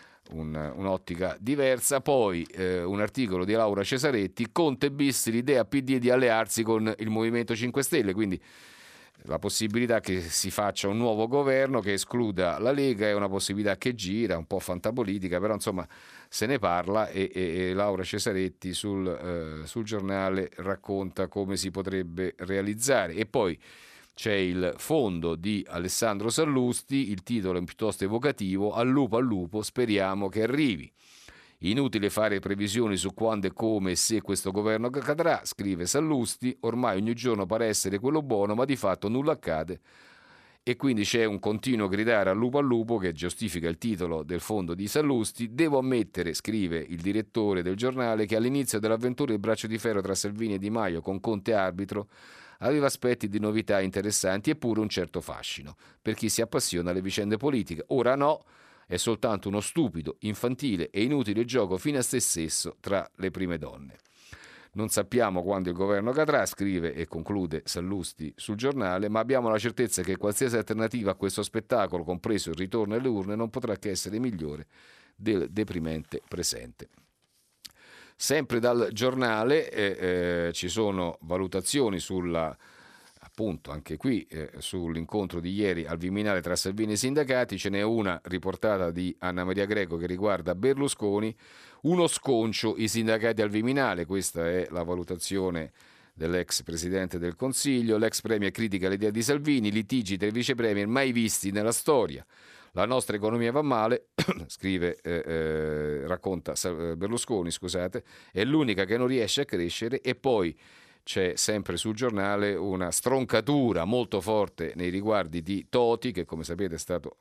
un'ottica diversa. Poi un articolo di Laura Cesaretti, Conte bis l'idea PD di allearsi con il Movimento 5 Stelle, quindi la possibilità che si faccia un nuovo governo che escluda la Lega è una possibilità che gira, un po' fantapolitica, però insomma se ne parla, e Laura Cesaretti sul giornale racconta come si potrebbe realizzare. E poi c'è il fondo di Alessandro Sallusti, il titolo è piuttosto evocativo, al lupo, speriamo che arrivi. Inutile fare previsioni su quando e come e se questo governo cadrà, scrive Sallusti, ormai ogni giorno pare essere quello buono, ma di fatto nulla accade, e quindi c'è un continuo gridare al lupo che giustifica il titolo del fondo di Sallusti. Devo ammettere, scrive il direttore del giornale, che all'inizio dell'avventura il braccio di ferro tra Salvini e Di Maio con Conte arbitro aveva aspetti di novità interessanti e pure un certo fascino per chi si appassiona alle vicende politiche. Ora no, è soltanto uno stupido, infantile e inutile gioco fine a se stesso tra le prime donne. Non sappiamo quando il governo cadrà, scrive e conclude Sallusti sul giornale, ma abbiamo la certezza che qualsiasi alternativa a questo spettacolo, compreso il ritorno alle urne, non potrà che essere migliore del deprimente presente. Sempre dal giornale ci sono valutazioni sulla, appunto anche qui sull'incontro di ieri al Viminale tra Salvini e i sindacati. Ce n'è una riportata di Anna Maria Greco che riguarda Berlusconi, uno sconcio i sindacati al Viminale, questa è la valutazione dell'ex Presidente del Consiglio. L'ex Premier critica l'idea di Salvini, litigi tra i vice premier mai visti nella storia. La nostra economia va male, scrive, racconta Berlusconi, scusate, è l'unica che non riesce a crescere. E poi c'è sempre sul giornale una stroncatura molto forte nei riguardi di Toti, che come sapete è stato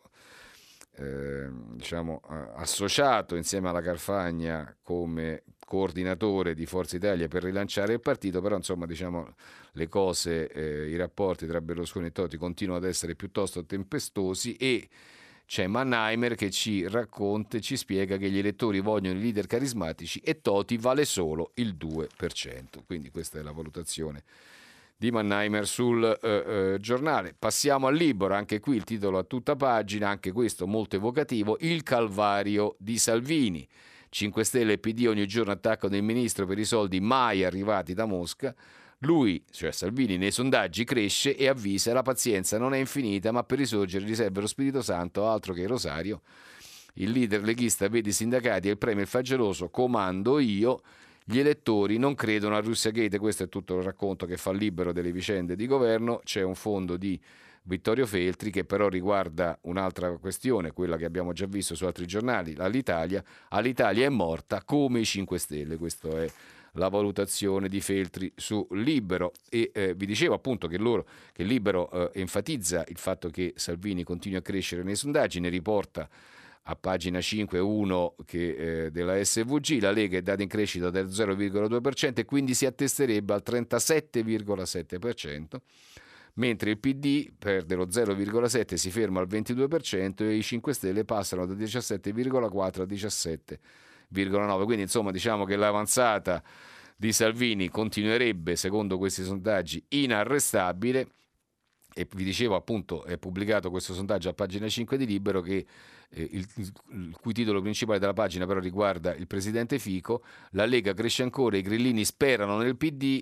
associato insieme alla Carfagna come coordinatore di Forza Italia per rilanciare il partito, però insomma le cose, i rapporti tra Berlusconi e Toti continuano ad essere piuttosto tempestosi, e c'è Mannheimer che ci racconta e ci spiega che gli elettori vogliono i leader carismatici e Toti vale solo il 2%. Quindi questa è la valutazione di Mannheimer sul giornale. Passiamo al Libero, anche qui il titolo a tutta pagina, anche questo molto evocativo, il calvario di Salvini. 5 Stelle e PD ogni giorno attaccano il ministro per i soldi mai arrivati da Mosca. Lui, cioè Salvini, nei sondaggi cresce e avvisa: la pazienza non è infinita, ma per risorgere gli serve lo Spirito Santo, altro che il rosario. Il leader leghista vede i sindacati e il premier fageloso, comando io. Gli elettori non credono a Russia Gate. Questo è tutto il racconto che fa Libero delle vicende di governo. C'è un fondo di Vittorio Feltri che però riguarda un'altra questione, quella che abbiamo già visto su altri giornali, all'Italia è morta come i 5 Stelle. Questo è la valutazione di Feltri su Libero. E vi dicevo appunto che Libero enfatizza il fatto che Salvini continui a crescere nei sondaggi, ne riporta a pagina 5 uno della SVG. La Lega è data in crescita del 0,2% e quindi si attesterebbe al 37,7%, mentre il PD perde lo 0,7%, si ferma al 22%, e i 5 Stelle passano da 17,4 a 17,9. Quindi insomma diciamo che l'avanzata di Salvini continuerebbe, secondo questi sondaggi, inarrestabile. E vi dicevo appunto, è pubblicato questo sondaggio a pagina 5 di Libero, che il cui titolo principale della pagina però riguarda il presidente Fico. La Lega cresce ancora, i grillini sperano nel PD,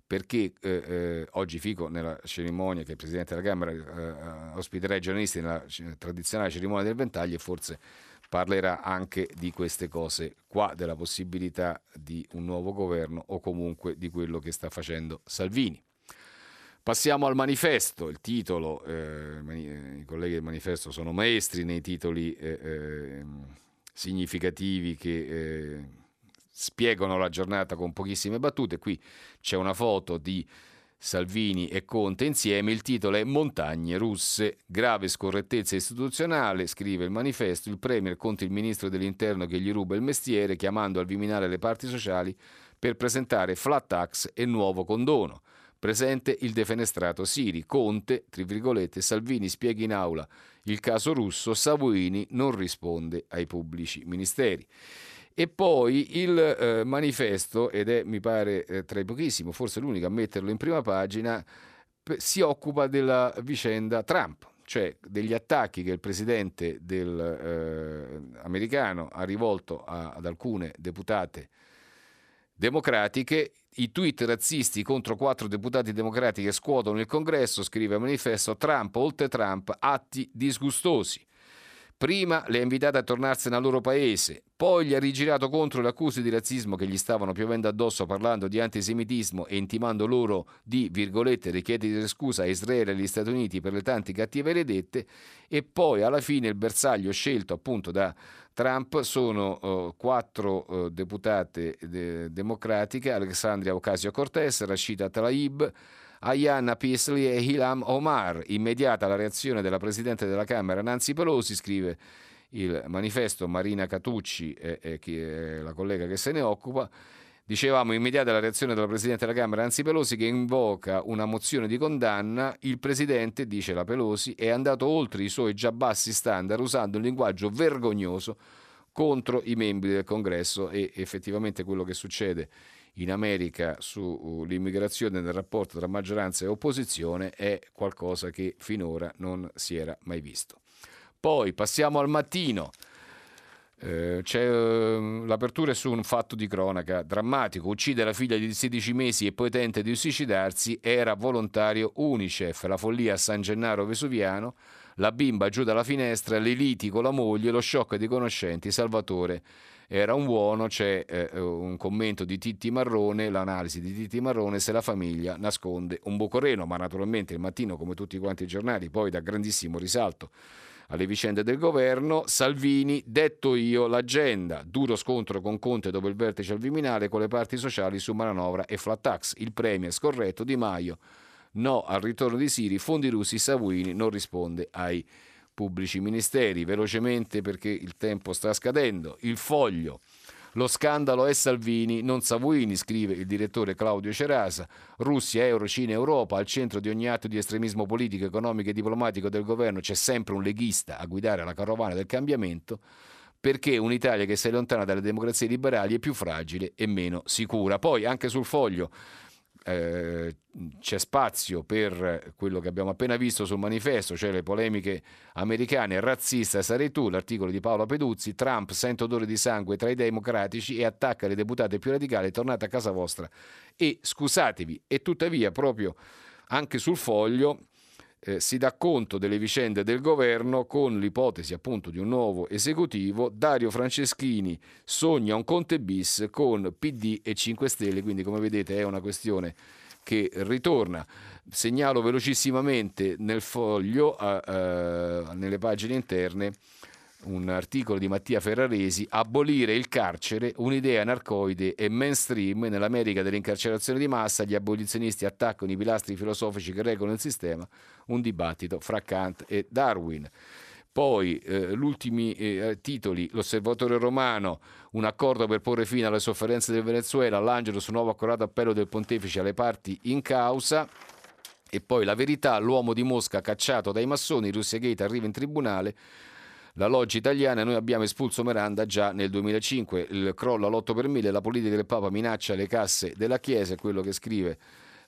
perché oggi Fico nella cerimonia che il Presidente della Camera ospiterà i giornalisti nella tradizionale cerimonia del Ventaglio, e forse parlerà anche di queste cose qua, della possibilità di un nuovo governo o comunque di quello che sta facendo Salvini. Passiamo al manifesto, il titolo, i colleghi del manifesto sono maestri nei titoli significativi che spiegano la giornata con pochissime battute. Qui c'è una foto di Salvini e Conte insieme, il titolo è Montagne russe, grave scorrettezza istituzionale, scrive il manifesto, il premier contro il ministro dell'interno che gli ruba il mestiere, chiamando al Viminale le parti sociali per presentare flat tax e nuovo condono. Presente il defenestrato Siri, Conte, tra virgolette, Salvini spiega in aula il caso russo, Savoini non risponde ai pubblici ministeri. E poi il manifesto, ed è mi pare tra i pochissimi, forse l'unico a metterlo in prima pagina, si occupa della vicenda Trump, cioè degli attacchi che il presidente americano ha rivolto ad alcune deputate democratiche, i tweet razzisti contro 4 deputati democratiche scuotono il congresso, scrive il manifesto, Trump, oltre Trump, atti disgustosi. Prima le ha invitate a tornarsene al loro paese, poi gli ha rigirato contro le accuse di razzismo che gli stavano piovendo addosso parlando di antisemitismo e intimando loro di, virgolette, richiedere scusa a Israele e agli Stati Uniti per le tante cattiverie dette, e poi alla fine il bersaglio scelto appunto da Trump sono 4 deputate democratiche, Alexandria Ocasio-Cortez, Rashida Tlaib, Ayanna Pressley e Ilhan Omar. Immediata la reazione della Presidente della Camera Nancy Pelosi, scrive il manifesto, Marina Catucci è la collega che se ne occupa. Dicevamo, immediata la reazione della Presidente della Camera Nancy Pelosi, che invoca una mozione di condanna. Il Presidente, dice la Pelosi, è andato oltre i suoi già bassi standard usando un linguaggio vergognoso contro i membri del Congresso, e effettivamente quello che succede in America sull'immigrazione nel rapporto tra maggioranza e opposizione è qualcosa che finora non si era mai visto. Poi passiamo al Mattino. C'è l'apertura su un fatto di cronaca drammatico: uccide la figlia di 16 mesi e poi tenta di suicidarsi, era volontario Unicef, la follia a San Gennaro Vesuviano, la bimba giù dalla finestra, le liti con la moglie, lo shock dei conoscenti, Salvatore era un buono. C'è un commento di Titti Marrone, l'analisi di Titti Marrone, se la famiglia nasconde un buco reno, ma naturalmente il Mattino, come tutti quanti i giornali, poi dà grandissimo risalto alle vicende del governo. Salvini, detto io l'agenda, duro scontro con Conte dopo il vertice al Viminale con le parti sociali su manovra e flat tax, il premier scorretto, Di Maio no al ritorno di Siri, fondi russi, Savoini non risponde ai pubblici ministeri. Velocemente perché il tempo sta scadendo, il Foglio, lo scandalo è Salvini, non Savoini, scrive il direttore Claudio Cerasa. Russia, euro, Cina, Europa, al centro di ogni atto di estremismo politico, economico e diplomatico del governo c'è sempre un leghista a guidare la carovana del cambiamento, perché un'Italia che si allontana dalle democrazie liberali è più fragile e meno sicura. Poi anche sul Foglio c'è spazio per quello che abbiamo appena visto sul manifesto, cioè le polemiche americane, razzista sarei tu, l'articolo di Paola Peduzzi, Trump sente odore di sangue tra i democratici e attacca le deputate più radicali, tornate a casa vostra e scusatevi. E tuttavia proprio anche sul Foglio si dà conto delle vicende del governo con l'ipotesi appunto di un nuovo esecutivo. Dario Franceschini sogna un Conte bis con PD e 5 Stelle, quindi come vedete è una questione che ritorna. Segnalo velocissimamente nel Foglio, nelle pagine interne, un articolo di Mattia Ferraresi, abolire il carcere, un'idea anarcoide e mainstream. Nell'America dell'incarcerazione di massa gli abolizionisti attaccano i pilastri filosofici che regolano il sistema, un dibattito fra Kant e Darwin. Poi ultimi titoli, l'Osservatore Romano, un accordo per porre fine alle sofferenze del Venezuela, l'Angelus, nuovo accorato appello del pontefice alle parti in causa. E poi La Verità, l'uomo di Mosca cacciato dai massoni, Russiagate arriva in tribunale. La Loggia italiana, noi abbiamo espulso Miranda già nel 2005, il crollo all'8 per 1000, la politica del Papa minaccia le casse della Chiesa, è quello che scrive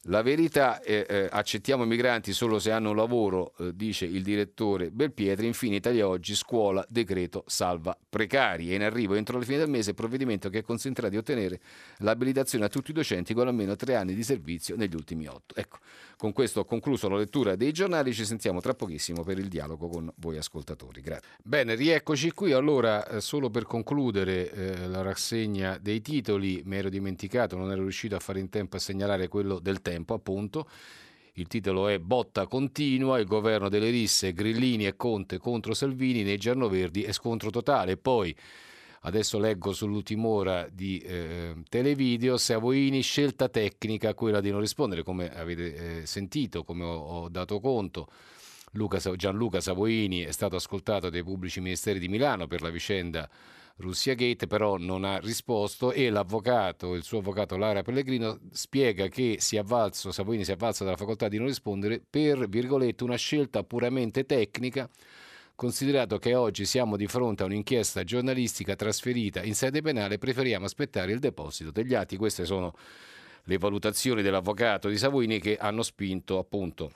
La verità è accettiamo i migranti solo se hanno un lavoro, dice il direttore Belpietri. Infine Italia Oggi, scuola, decreto salva precari. È in arrivo entro la fine del mese il provvedimento che consentirà di ottenere l'abilitazione a tutti i docenti con almeno 3 anni di servizio negli ultimi 8. Ecco, con questo ho concluso la lettura dei giornali, ci sentiamo tra pochissimo per il dialogo con voi ascoltatori. Grazie. Bene, rieccoci qui. Allora, solo per concludere la rassegna dei titoli, mi ero dimenticato, non ero riuscito a fare in tempo a segnalare quello del tempo, appunto. Il titolo è Botta continua, il governo delle risse, Grillini e Conte contro Salvini, nei gialloverdi è scontro totale. Poi, adesso leggo sull'ultima ora di Televideo, Savoini, scelta tecnica, quella di non rispondere, come avete sentito, come ho dato conto. Gianluca Savoini è stato ascoltato dai pubblici ministeri di Milano per la vicenda Russia Gate, però non ha risposto, e il suo avvocato Lara Pellegrino spiega che Savoini si è avvalso della facoltà di non rispondere per, virgolette, una scelta puramente tecnica, considerato che oggi siamo di fronte a un'inchiesta giornalistica trasferita in sede penale, preferiamo aspettare il deposito degli atti. Queste sono le valutazioni dell'avvocato di Savoini, che hanno spinto appunto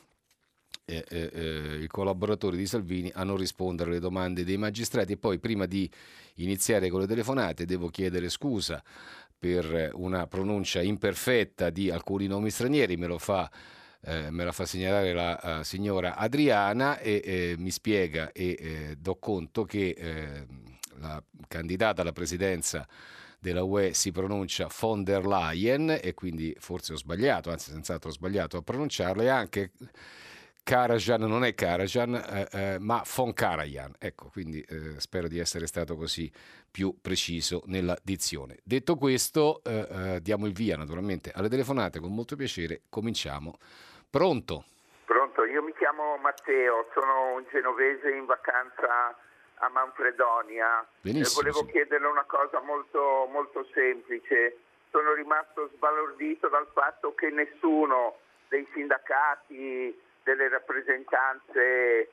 i collaboratori di Salvini a non rispondere alle domande dei magistrati. E poi, prima di iniziare con le telefonate, devo chiedere scusa per una pronuncia imperfetta di alcuni nomi stranieri. Me la fa segnalare la signora Adriana, e mi spiega e do conto che la candidata alla presidenza della UE si pronuncia von der Leyen, e quindi forse ho sbagliato, anzi senz'altro ho sbagliato a pronunciarla. E anche Karajan non è Karajan, ma von Karajan. Ecco, quindi spero di essere stato così più preciso nella dizione. Detto questo, diamo il via naturalmente alle telefonate, con molto piacere. Cominciamo. Pronto? Pronto, io mi chiamo Matteo, sono un genovese in vacanza a Manfredonia. Benissimo. Volevo chiederle una cosa molto, molto semplice. Sono rimasto sbalordito dal fatto che nessuno dei sindacati, delle rappresentanze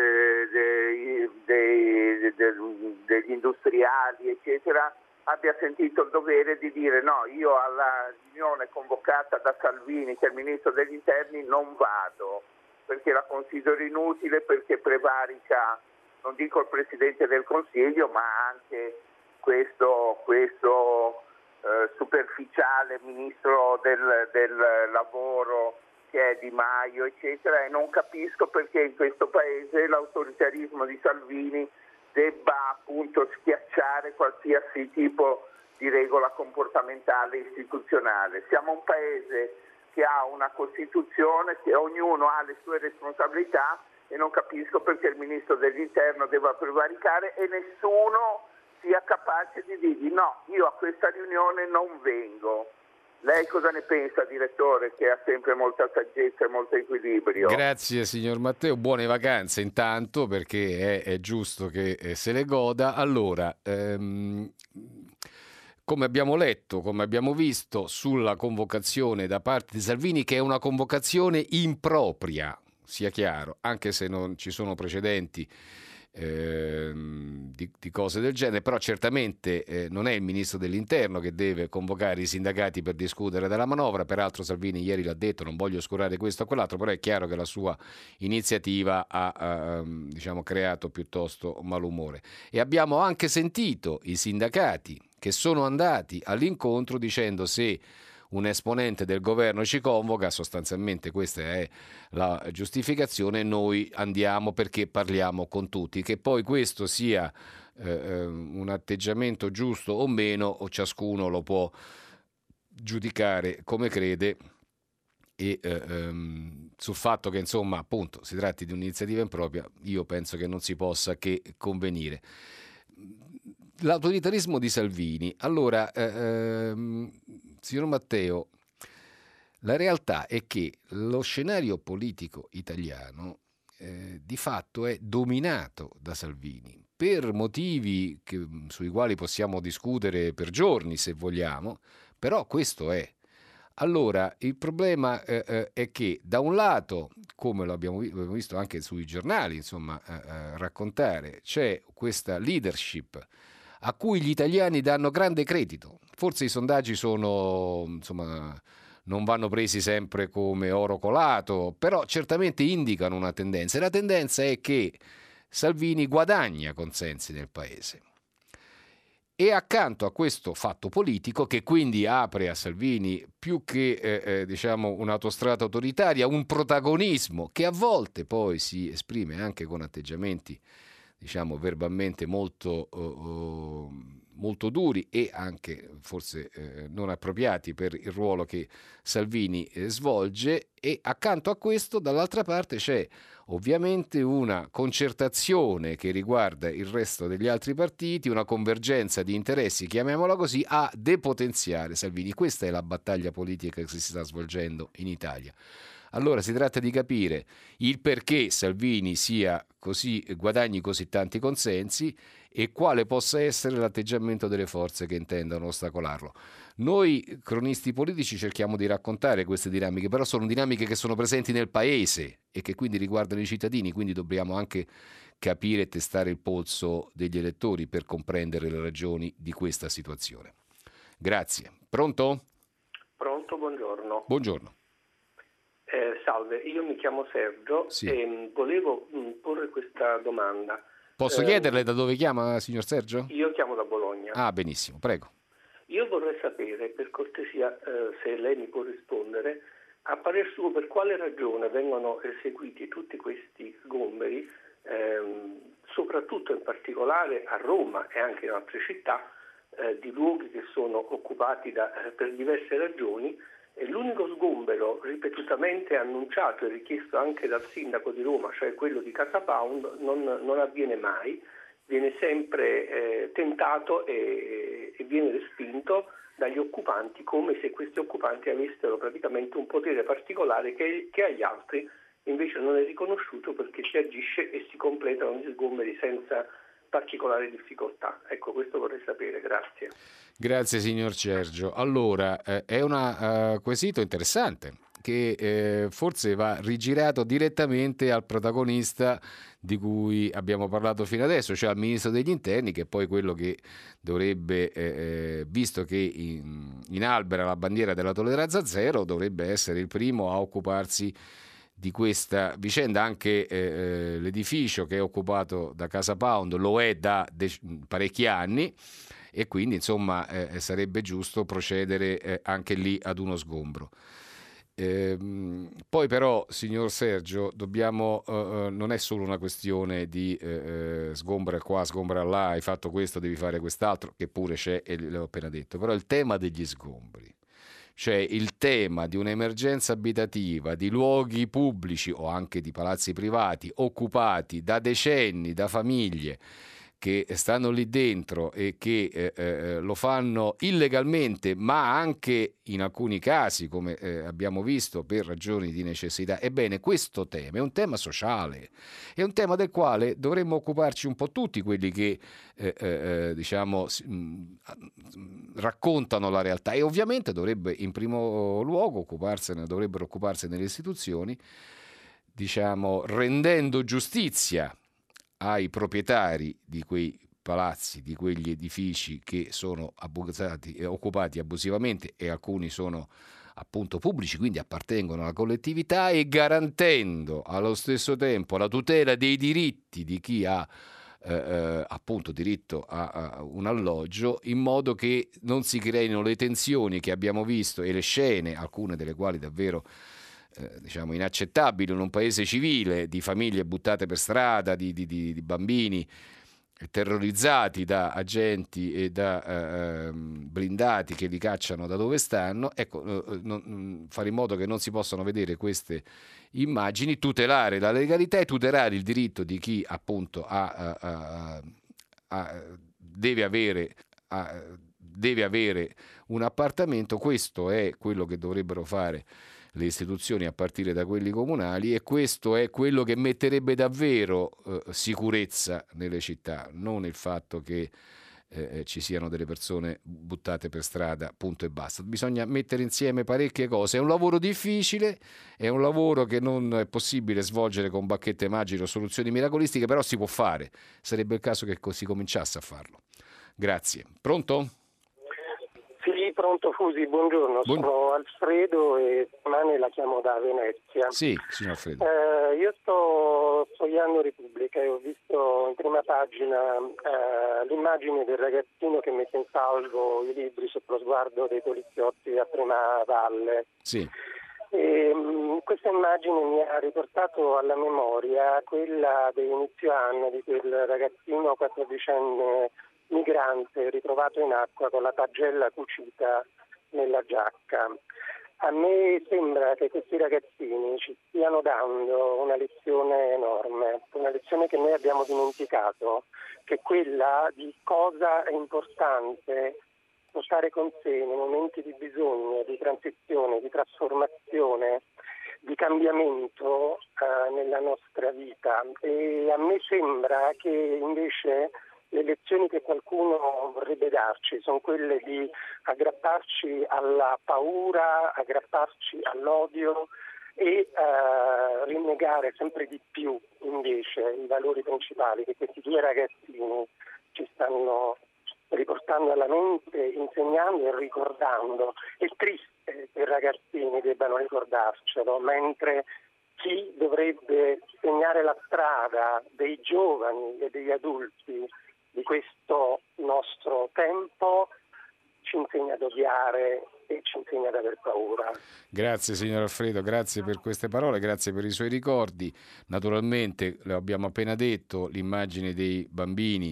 degli industriali, eccetera, abbia sentito il dovere di dire no, io alla riunione convocata da Salvini, che è il ministro degli interni, non vado, perché la considero inutile, perché prevarica, non dico il Presidente del Consiglio, ma anche questo superficiale ministro del lavoro che è Di Maio, eccetera, e non capisco perché in questo paese l'autoritarismo di Salvini debba appunto schiacciare qualsiasi tipo di regola comportamentale e istituzionale. Siamo un paese che ha una Costituzione, che ognuno ha le sue responsabilità, e non capisco perché il ministro dell'Interno debba prevaricare e nessuno sia capace di dirgli no, io a questa riunione non vengo. Lei cosa ne pensa, direttore, che ha sempre molta saggezza e molto equilibrio? Grazie signor Matteo, buone vacanze intanto, perché è giusto che se le goda. Allora, come abbiamo letto, come abbiamo visto, sulla convocazione da parte di Salvini, che è una convocazione impropria, sia chiaro, anche se non ci sono precedenti di cose del genere, però certamente non è il ministro dell'Interno che deve convocare i sindacati per discutere della manovra. Peraltro Salvini ieri l'ha detto, non voglio oscurare questo o quell'altro, però è chiaro che la sua iniziativa ha diciamo, creato piuttosto malumore. E abbiamo anche sentito i sindacati che sono andati all'incontro dicendo: se un esponente del governo ci convoca, sostanzialmente questa è la giustificazione, noi andiamo perché parliamo con tutti. Che poi questo sia un atteggiamento giusto o meno, o ciascuno lo può giudicare come crede, e sul fatto che insomma appunto si tratti di un'iniziativa impropria, io penso che non si possa che convenire. L'autoritarismo di Salvini. Allora, signor Matteo, la realtà è che lo scenario politico italiano di fatto è dominato da Salvini per motivi sui quali possiamo discutere per giorni se vogliamo, però questo è. Allora, il problema è che da un lato, come lo abbiamo visto anche sui giornali, insomma, raccontare, c'è questa leadership a cui gli italiani danno grande credito. Forse i sondaggi sono, insomma, non vanno presi sempre come oro colato, però certamente indicano una tendenza, e la tendenza è che Salvini guadagna consensi nel Paese. E accanto a questo fatto politico, che quindi apre a Salvini più che diciamo un'autostrada autoritaria, un protagonismo che a volte poi si esprime anche con atteggiamenti, diciamo, verbalmente molto duri e anche forse non appropriati per il ruolo che Salvini svolge, e accanto a questo dall'altra parte c'è ovviamente una concertazione che riguarda il resto degli altri partiti, una convergenza di interessi, chiamiamola così, a depotenziare Salvini. Questa è la battaglia politica che si sta svolgendo in Italia. Allora si tratta di capire il perché Salvini guadagni così tanti consensi e quale possa essere l'atteggiamento delle forze che intendano ostacolarlo. Noi cronisti politici cerchiamo di raccontare queste dinamiche, però sono dinamiche che sono presenti nel Paese e che quindi riguardano i cittadini, quindi dobbiamo anche capire e testare il polso degli elettori per comprendere le ragioni di questa situazione. Grazie. Pronto? Pronto, buongiorno. Buongiorno. Salve, io mi chiamo Sergio e volevo porre questa domanda. Posso chiederle da dove chiama, signor Sergio? Io chiamo da Bologna. Ah, benissimo, prego. Io vorrei sapere, per cortesia, se lei mi può rispondere, a parer suo per quale ragione vengono eseguiti tutti questi sgomberi, soprattutto in particolare a Roma e anche in altre città, di luoghi che sono occupati per diverse ragioni. E l'unico sgombero ripetutamente annunciato e richiesto anche dal sindaco di Roma, cioè quello di Casa Pound, non avviene mai, viene sempre tentato e viene respinto dagli occupanti, come se questi occupanti avessero praticamente un potere particolare che agli altri invece non è riconosciuto, perché si agisce e si completano gli sgomberi senza particolare difficoltà. Ecco, questo vorrei sapere, grazie. Grazie signor Sergio. Allora, è un quesito interessante che forse va rigirato direttamente al protagonista di cui abbiamo parlato fino adesso, cioè al Ministro degli Interni, che è poi quello che dovrebbe, visto che inalbera la bandiera della tolleranza zero, dovrebbe essere il primo a occuparsi di questa vicenda. Anche l'edificio che è occupato da Casa Pound lo è da parecchi anni, e quindi insomma sarebbe giusto procedere anche lì ad uno sgombro. Poi però, signor Sergio, dobbiamo non è solo una questione di sgombra qua, sgombra là, hai fatto questo, devi fare quest'altro, che pure c'è e l'ho appena detto, però il tema degli sgombri, cioè il tema di un'emergenza abitativa, di luoghi pubblici o anche di palazzi privati occupati da decenni da famiglie che stanno lì dentro e che lo fanno illegalmente, ma anche in alcuni casi, come abbiamo visto, per ragioni di necessità. Ebbene, questo tema è un tema sociale, è un tema del quale dovremmo occuparci un po' tutti quelli che diciamo raccontano la realtà, e ovviamente dovrebbe in primo luogo dovrebbero occuparsene le istituzioni, diciamo, rendendo giustizia ai proprietari di quei palazzi, di quegli edifici che sono occupati abusivamente, e alcuni sono appunto pubblici, quindi appartengono alla collettività, e garantendo allo stesso tempo la tutela dei diritti di chi ha appunto diritto a un alloggio, in modo che non si creino le tensioni che abbiamo visto e le scene, alcune delle quali davvero diciamo inaccettabili in un paese civile, di famiglie buttate per strada, di bambini terrorizzati da agenti e da blindati che li cacciano da dove stanno. Ecco, fare in modo che non si possano vedere queste immagini, tutelare la legalità e tutelare il diritto di chi appunto deve avere un appartamento. Questo è quello che dovrebbero fare le istituzioni, a partire da quelli comunali, e questo è quello che metterebbe davvero sicurezza nelle città, non il fatto che ci siano delle persone buttate per strada, punto e basta. Bisogna mettere insieme parecchie cose. È un lavoro difficile, è un lavoro che non è possibile svolgere con bacchette magiche o soluzioni miracolistiche, però si può fare. Sarebbe il caso che si cominciasse a farlo. Grazie. Pronto? Sì, Pronto Fusi, buongiorno, sono Alfredo e domani la chiamo da Venezia. Sì, signor Alfredo. Io sto studiando Repubblica e ho visto in prima pagina l'immagine del ragazzino che mette in salvo i libri sotto lo sguardo dei poliziotti a Primavalle. Sì. E, questa immagine mi ha riportato alla memoria quella dell'inizio anno di quel ragazzino 14enne migrante ritrovato in acqua con la pagella cucita nella giacca. A me sembra che questi ragazzini ci stiano dando una lezione enorme, una lezione che noi abbiamo dimenticato, che è quella di cosa è importante portare con sé nei momenti di bisogno, di transizione, di trasformazione, di cambiamento nella nostra vita. E a me sembra che invece le lezioni che qualcuno vorrebbe darci sono quelle di aggrapparci alla paura, aggrapparci all'odio e rinnegare sempre di più invece i valori principali che questi due ragazzini ci stanno riportando alla mente, insegnando e ricordando. È triste che i ragazzini debbano ricordarcelo, mentre chi dovrebbe segnare la strada dei giovani e degli adulti di questo nostro tempo ci insegna ad odiare e ci insegna ad aver paura. Grazie signor Alfredo, grazie per queste parole, grazie per i suoi ricordi. Naturalmente, lo abbiamo appena detto, l'immagine dei bambini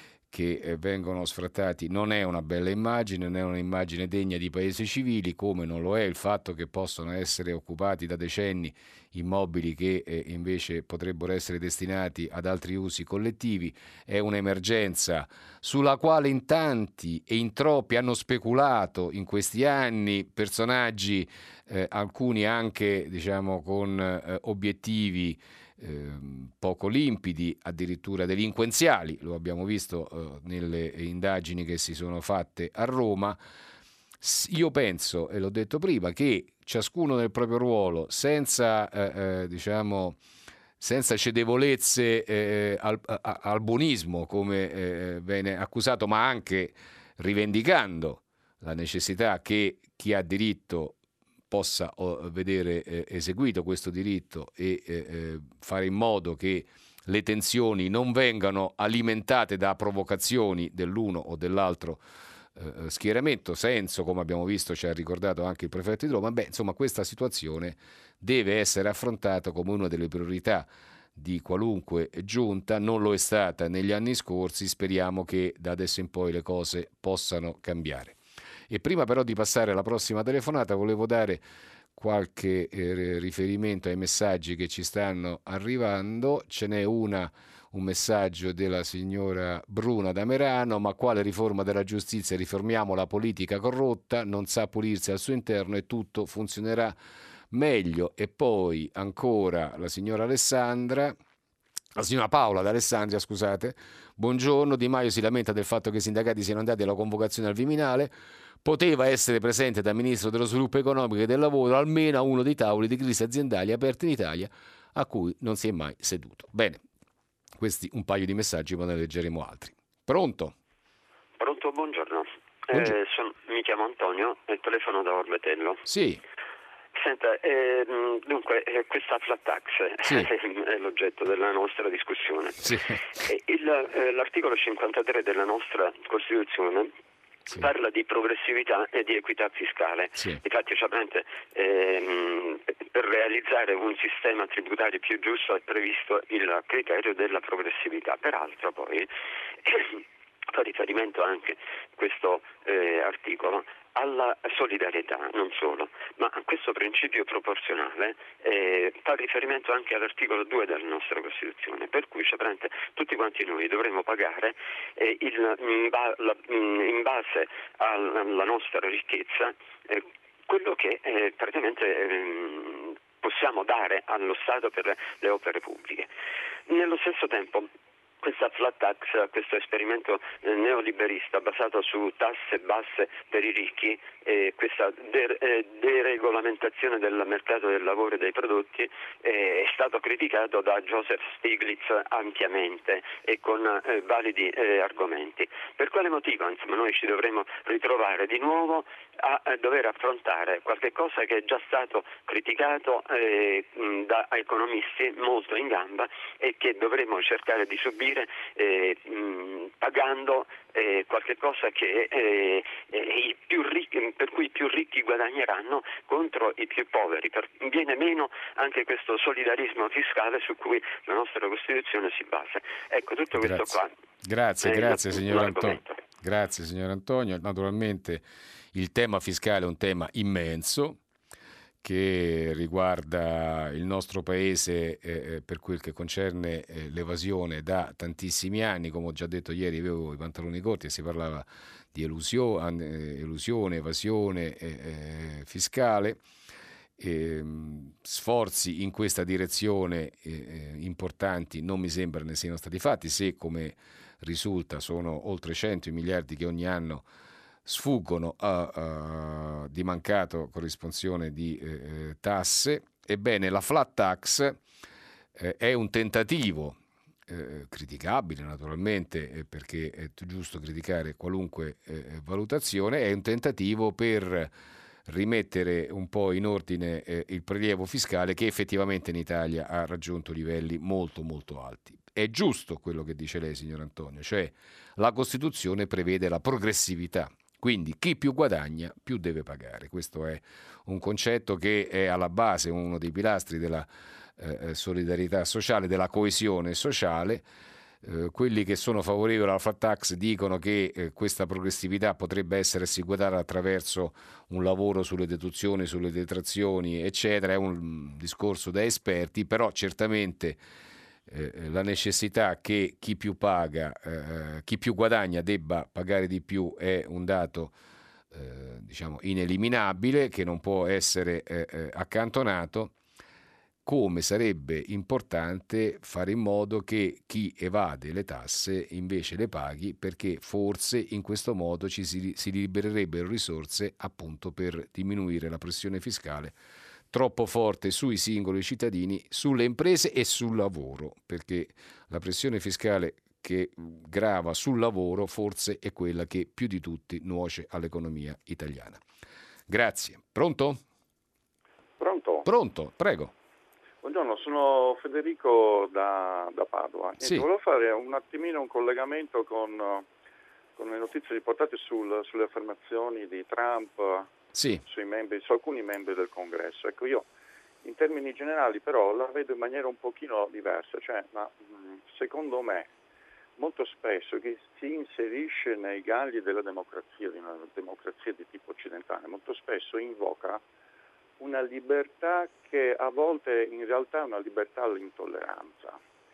che vengono sfrattati non è una bella immagine, non è un'immagine degna di paesi civili, come non lo è il fatto che possono essere occupati da decenni immobili che invece potrebbero essere destinati ad altri usi collettivi. È un'emergenza sulla quale in tanti e in troppi hanno speculato in questi anni personaggi, alcuni anche diciamo con obiettivi poco limpidi, addirittura delinquenziali, lo abbiamo visto nelle indagini che si sono fatte a Roma. Io penso, e l'ho detto prima, che ciascuno nel proprio ruolo, senza cedevolezze al buonismo, come viene accusato, ma anche rivendicando la necessità che chi ha diritto possa vedere eseguito questo diritto e fare in modo che le tensioni non vengano alimentate da provocazioni dell'uno o dell'altro schieramento, senso, come abbiamo visto, ci ha ricordato anche il prefetto di Roma. Insomma, questa situazione deve essere affrontata come una delle priorità di qualunque giunta, non lo è stata negli anni scorsi, speriamo che da adesso in poi le cose possano cambiare. E prima però di passare alla prossima telefonata volevo dare qualche riferimento ai messaggi che ci stanno arrivando. Ce n'è un messaggio della signora Bruna da Merano: ma quale riforma della giustizia? Riformiamo la politica corrotta, non sa pulirsi al suo interno e tutto funzionerà meglio. E poi ancora la signora Paola d'Alessandria, scusate. Buongiorno, Di Maio si lamenta del fatto che i sindacati siano andati alla convocazione al Viminale. Poteva essere presente dal Ministro dello Sviluppo Economico e del Lavoro almeno a uno dei tavoli di crisi aziendali aperti in Italia, a cui non si è mai seduto. Bene, questi un paio di messaggi, ma ne leggeremo altri. Pronto? Pronto, buongiorno. Mi chiamo Antonio e telefono da Orbetello. Sì. Senta, dunque questa flat tax sì. è l'oggetto della nostra discussione. Sì. L'articolo 53 della nostra Costituzione parla di progressività e di equità fiscale. Infatti per realizzare un sistema tributario più giusto è previsto il criterio della progressività. Peraltro poi fa riferimento anche questo articolo alla solidarietà, non solo, ma a questo principio proporzionale fa riferimento anche all'articolo 2 della nostra Costituzione, per cui tutti quanti noi dovremo pagare in base alla nostra ricchezza quello che praticamente possiamo dare allo Stato per le opere pubbliche. Nello stesso tempo questa flat tax, questo esperimento neoliberista basato su tasse basse per i ricchi, questa deregolamentazione del mercato del lavoro e dei prodotti è stato criticato da Joseph Stiglitz ampiamente e con validi argomenti. Per quale motivo? Insomma, noi ci dovremo ritrovare di nuovo a dover affrontare qualche cosa che è già stato criticato da economisti molto in gamba e che dovremo cercare di subire pagando qualche cosa che i più ricchi, per cui i più ricchi guadagneranno contro i più poveri. Viene meno anche questo solidarismo fiscale su cui la nostra Costituzione si basa. Ecco, tutto questo qua. Grazie signor Antonio. Grazie signor Antonio. Naturalmente il tema fiscale è un tema immenso che riguarda il nostro paese per quel che concerne l'evasione da tantissimi anni. Come ho già detto ieri, avevo i pantaloni corti e si parlava di elusione, evasione fiscale. Sforzi in questa direzione importanti non mi sembra ne siano stati fatti, se come risulta sono oltre 100 i miliardi che ogni anno sfuggono di mancato corrisponsione di tasse. Ebbene, la flat tax è un tentativo criticabile naturalmente, perché è giusto criticare qualunque valutazione, è un tentativo per rimettere un po' in ordine il prelievo fiscale, che effettivamente in Italia ha raggiunto livelli molto molto alti. È giusto quello che dice lei, signor Antonio, cioè la Costituzione prevede la progressività, quindi chi più guadagna più deve pagare. Questo è un concetto che è alla base, uno dei pilastri della solidarietà sociale, della coesione sociale. Quelli che sono favorevoli alla flat tax dicono che questa progressività potrebbe essere assicurata attraverso un lavoro sulle deduzioni, sulle detrazioni, eccetera. È un discorso da esperti, però certamente la necessità che chi più paga, chi più guadagna debba pagare di più è un dato diciamo ineliminabile, che non può essere accantonato. Come sarebbe importante fare in modo che chi evade le tasse invece le paghi, perché forse in questo modo si libererebbero risorse appunto per diminuire la pressione fiscale troppo forte sui singoli cittadini, sulle imprese e sul lavoro, perché la pressione fiscale che grava sul lavoro forse è quella che più di tutti nuoce all'economia italiana. Grazie. Pronto? Pronto, prego. Buongiorno, sono Federico da Padova. Sì. Volevo fare un attimino un collegamento con le notizie riportate sulle affermazioni di Trump sì. su alcuni membri del Congresso. Ecco, io in termini generali però la vedo in maniera un pochino diversa, cioè, secondo me molto spesso chi si inserisce nei galli della democrazia, di una democrazia di tipo occidentale, molto spesso invoca una libertà che a volte in realtà è una libertà all'intolleranza.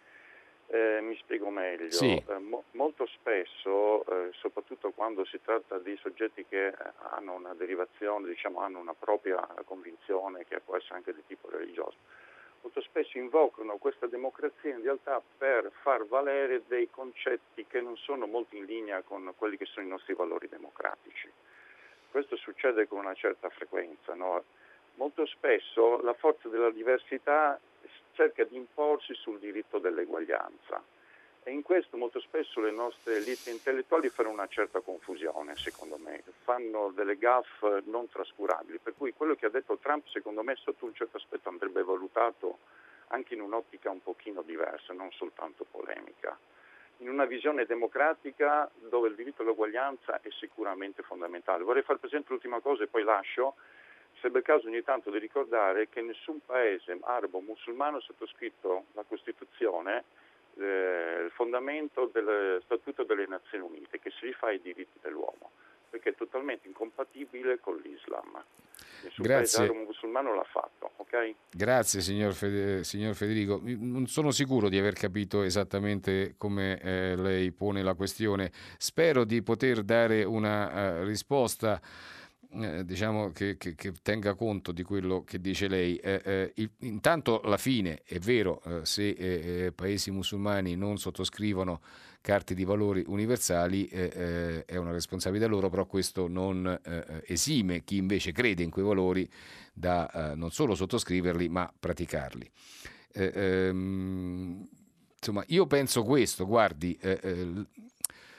Mi spiego meglio. Sì. Molto spesso, soprattutto quando si tratta di soggetti che hanno una derivazione, diciamo, hanno una propria convinzione che può essere anche di tipo religioso, molto spesso invocano questa democrazia in realtà per far valere dei concetti che non sono molto in linea con quelli che sono i nostri valori democratici. Questo succede con una certa frequenza, no? Molto spesso la forza della diversità cerca di imporsi sul diritto dell'eguaglianza e in questo molto spesso le nostre elite intellettuali fanno una certa confusione, secondo me, fanno delle gaffe non trascurabili, per cui quello che ha detto Trump secondo me sotto un certo aspetto andrebbe valutato anche in un'ottica un pochino diversa, non soltanto polemica. In una visione democratica dove il diritto all'eguaglianza è sicuramente fondamentale. Vorrei far presente l'ultima cosa e poi lascio. Sarebbe il caso ogni tanto di ricordare che nessun paese arabo musulmano ha sottoscritto la Costituzione, il fondamento del Statuto delle Nazioni Unite, che si rifà ai diritti dell'uomo, perché è totalmente incompatibile con l'Islam. Nessun paese arabo musulmano l'ha fatto, ok? Grazie signor Federico. Non sono sicuro di aver capito esattamente come lei pone la questione. Spero di poter dare una risposta diciamo che tenga conto di quello che dice lei. Intanto alla fine è vero, se paesi musulmani non sottoscrivono carte di valori universali è una responsabilità loro, però questo non esime chi invece crede in quei valori da non solo sottoscriverli ma praticarli. Insomma, io penso questo, guardi,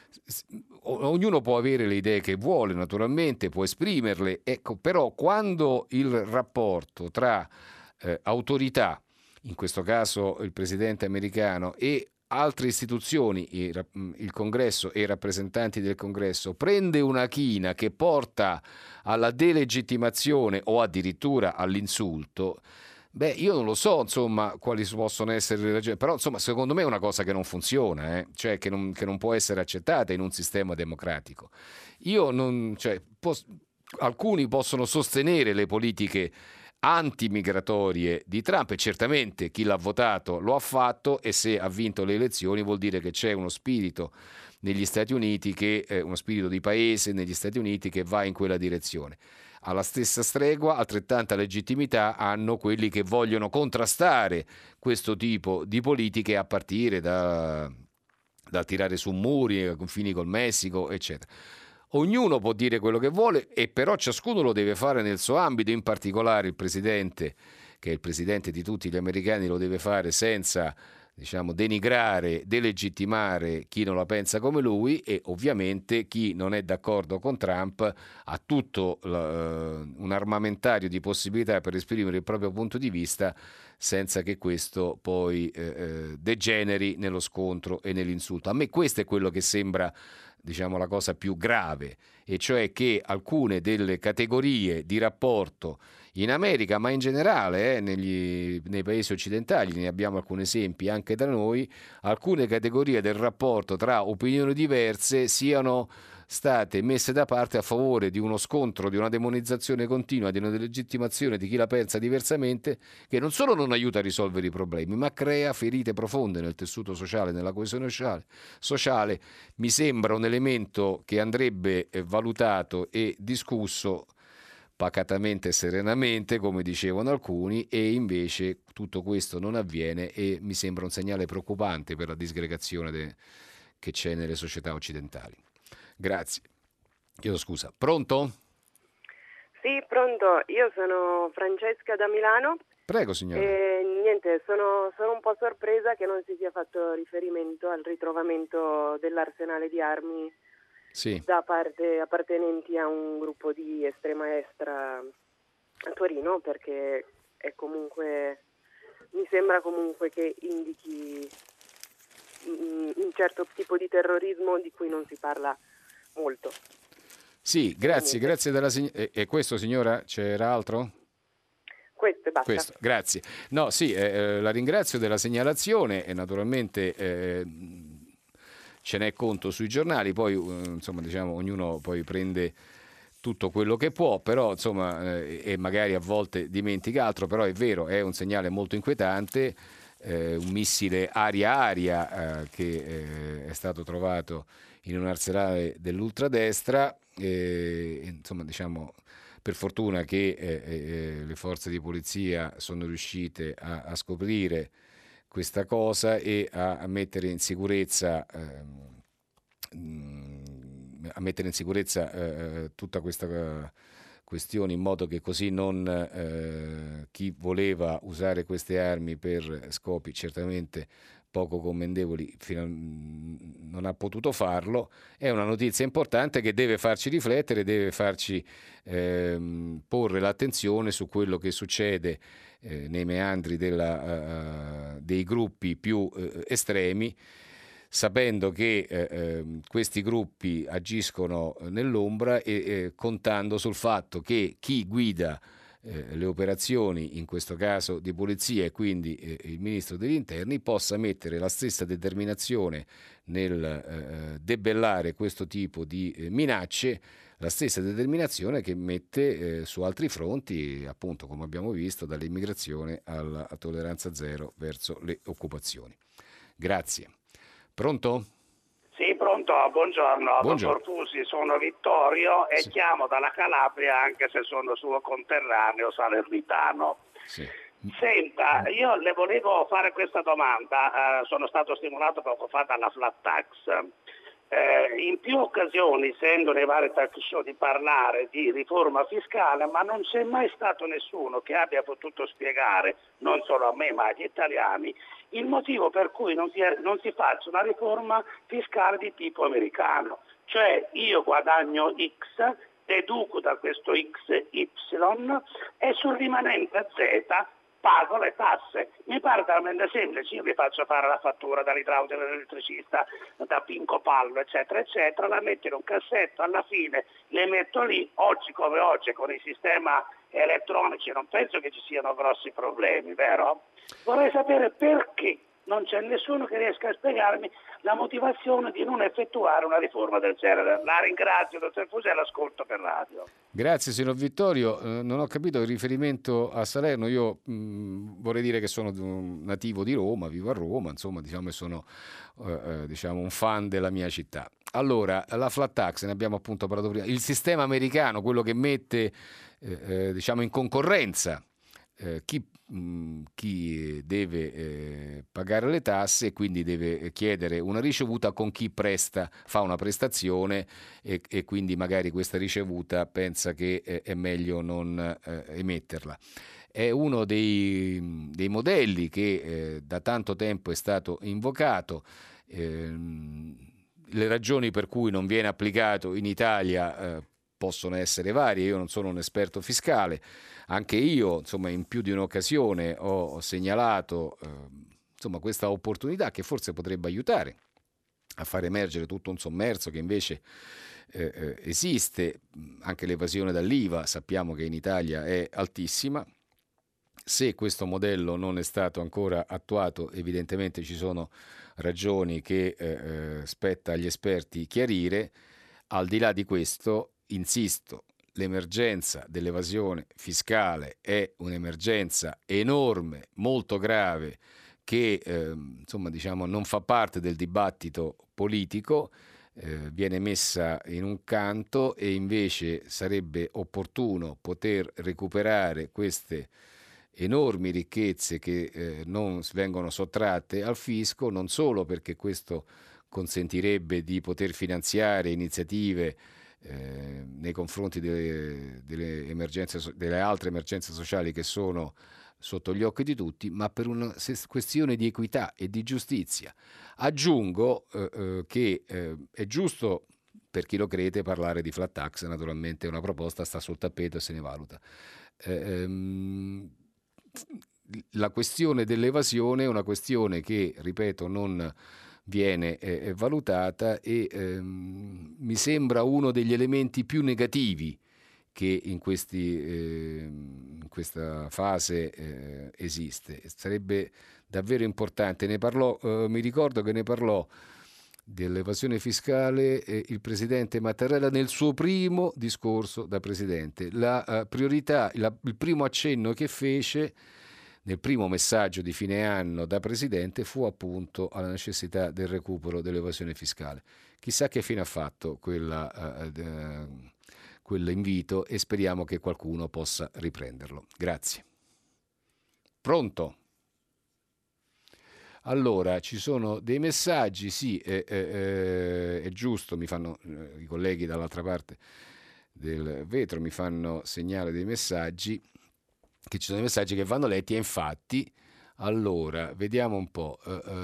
ognuno può avere le idee che vuole, naturalmente, può esprimerle, ecco, però quando il rapporto tra autorità, in questo caso il presidente americano, e altre istituzioni, il Congresso e i rappresentanti del Congresso, prende una china che porta alla delegittimazione o addirittura all'insulto, beh, io non lo so, insomma, quali possono essere le ragioni, però, insomma, secondo me è una cosa che non funziona, cioè che non può essere accettata in un sistema democratico. Alcuni possono sostenere le politiche antimigratorie di Trump e certamente chi l'ha votato lo ha fatto, e se ha vinto le elezioni vuol dire che c'è uno spirito negli Stati Uniti, uno spirito di paese negli Stati Uniti che va in quella direzione. Alla stessa stregua, altrettanta legittimità hanno quelli che vogliono contrastare questo tipo di politiche, a partire da tirare su muri, confini col Messico, eccetera. Ognuno può dire quello che vuole, e però ciascuno lo deve fare nel suo ambito. In particolare il presidente, che è il presidente di tutti gli americani, lo deve fare senza, denigrare, delegittimare chi non la pensa come lui, e ovviamente chi non è d'accordo con Trump ha tutto un armamentario di possibilità per esprimere il proprio punto di vista, senza che questo poi degeneri nello scontro e nell'insulto. A me questo è quello che sembra la cosa più grave, e cioè che alcune delle categorie di rapporto in America, ma in generale nei paesi occidentali, ne abbiamo alcuni esempi anche da noi, alcune categorie del rapporto tra opinioni diverse siano state messe da parte a favore di uno scontro, di una demonizzazione continua, di una delegittimazione di chi la pensa diversamente, che non solo non aiuta a risolvere i problemi, ma crea ferite profonde nel tessuto sociale, nella coesione sociale. Mi sembra un elemento che andrebbe valutato e discusso pacatamente e serenamente, come dicevano alcuni, e invece tutto questo non avviene, e mi sembra un segnale preoccupante per la disgregazione che c'è nelle società occidentali. Grazie. Chiedo scusa. Pronto? Sì, pronto. Io sono Francesca da Milano. Prego, signora. Niente, sono un po' sorpresa che non si sia fatto riferimento al ritrovamento dell'arsenale di armi da parte appartenenti a un gruppo di estrema destra a Torino, perché è comunque, mi sembra comunque che indichi un certo tipo di terrorismo di cui non si parla molto. Sì, grazie della e questo, signora, c'era altro? Questo e basta. Questo, grazie. No, sì, la ringrazio della segnalazione, e naturalmente ce n'è conto sui giornali, poi ognuno poi prende tutto quello che può, però e magari a volte dimentica altro, però è vero, è un segnale molto inquietante. Un missile aria-aria che è stato trovato in un arsenale dell'ultradestra, per fortuna che le forze di polizia sono riuscite a scoprire questa cosa e a mettere in sicurezza tutta questa questione, in modo che così chi voleva usare queste armi per scopi certamente poco commendevoli non ha potuto farlo. È una notizia importante che deve farci riflettere, deve farci porre l'attenzione su quello che succede nei meandri dei gruppi più estremi, sapendo che questi gruppi agiscono nell'ombra e contando sul fatto che chi guida le operazioni, in questo caso di polizia, e quindi il ministro degli interni, possa mettere la stessa determinazione nel debellare questo tipo di minacce, la stessa determinazione che mette su altri fronti, appunto, come abbiamo visto, dall'immigrazione alla tolleranza zero verso le occupazioni. Grazie. Pronto? Sì, pronto, buongiorno. Dottor Fusi, sono Vittorio e chiamo dalla Calabria, anche se sono suo conterraneo salernitano. Sì. Senta, io le volevo fare questa domanda, sono stato stimolato poco fa dalla flat tax. In più occasioni sento nei vari talk show di parlare di riforma fiscale, ma non c'è mai stato nessuno che abbia potuto spiegare, non solo a me ma agli italiani, il motivo per cui non si faccia una riforma fiscale di tipo americano, cioè io guadagno X, deduco da questo X Y e sul rimanente Z pago le tasse. Mi pare talmente semplice, io vi faccio fare la fattura dall'idraulico all'elettricista, da Pinco Pallo, eccetera, eccetera, la metto in un cassetto, alla fine le metto lì, oggi come oggi con il sistema elettronici non penso che ci siano grossi problemi, vero? Vorrei sapere perché non c'è nessuno che riesca a spiegarmi la motivazione di non effettuare una riforma del genere. La ringrazio, dottor Fusi, e l'ascolto per radio. Grazie, signor Vittorio. Non ho capito il riferimento a Salerno. Io vorrei dire che sono nativo di Roma, vivo a Roma, insomma, diciamo, e sono un fan della mia città. Allora, la flat tax, ne abbiamo appunto parlato prima. Il sistema americano, quello che mette in concorrenza chi deve pagare le tasse e quindi deve chiedere una ricevuta con chi fa una prestazione e quindi magari questa ricevuta pensa che è meglio non emetterla. È uno dei modelli che da tanto tempo è stato invocato. Le ragioni per cui non viene applicato in Italia possono essere varie. Io non sono un esperto fiscale, anche io in più di un'occasione ho segnalato questa opportunità che forse potrebbe aiutare a far emergere tutto un sommerso che invece esiste. Anche l'evasione dall'IVA sappiamo che in Italia è altissima. Se questo modello non è stato ancora attuato, evidentemente ci sono ragioni che spetta agli esperti chiarire. Al di là di questo, insisto, l'emergenza dell'evasione fiscale è un'emergenza enorme, molto grave, che non fa parte del dibattito politico, viene messa in un canto, e invece sarebbe opportuno poter recuperare queste enormi ricchezze che non vengono sottratte al fisco, non solo perché questo consentirebbe di poter finanziare iniziative nei confronti delle altre emergenze sociali che sono sotto gli occhi di tutti, ma per una questione di equità e di giustizia. Aggiungo che è giusto, per chi lo crede, parlare di flat tax. Naturalmente una proposta sta sul tappeto e se ne valuta. La questione dell'evasione è una questione che, ripeto, non viene valutata e mi sembra uno degli elementi più negativi che in questa fase esiste. Sarebbe davvero importante. Mi ricordo che ne parlò dell'evasione fiscale il presidente Mattarella nel suo primo discorso da presidente. La priorità, il primo accenno che fece nel primo messaggio di fine anno da presidente fu appunto alla necessità del recupero dell'evasione fiscale. Chissà che fine ha fatto quell'invito, e speriamo che qualcuno possa riprenderlo. Grazie. Pronto? Allora, ci sono dei messaggi, sì, è giusto, mi fanno i colleghi dall'altra parte del vetro, mi fanno segnale dei messaggi, che ci sono dei messaggi che vanno letti, e infatti, allora, vediamo un po',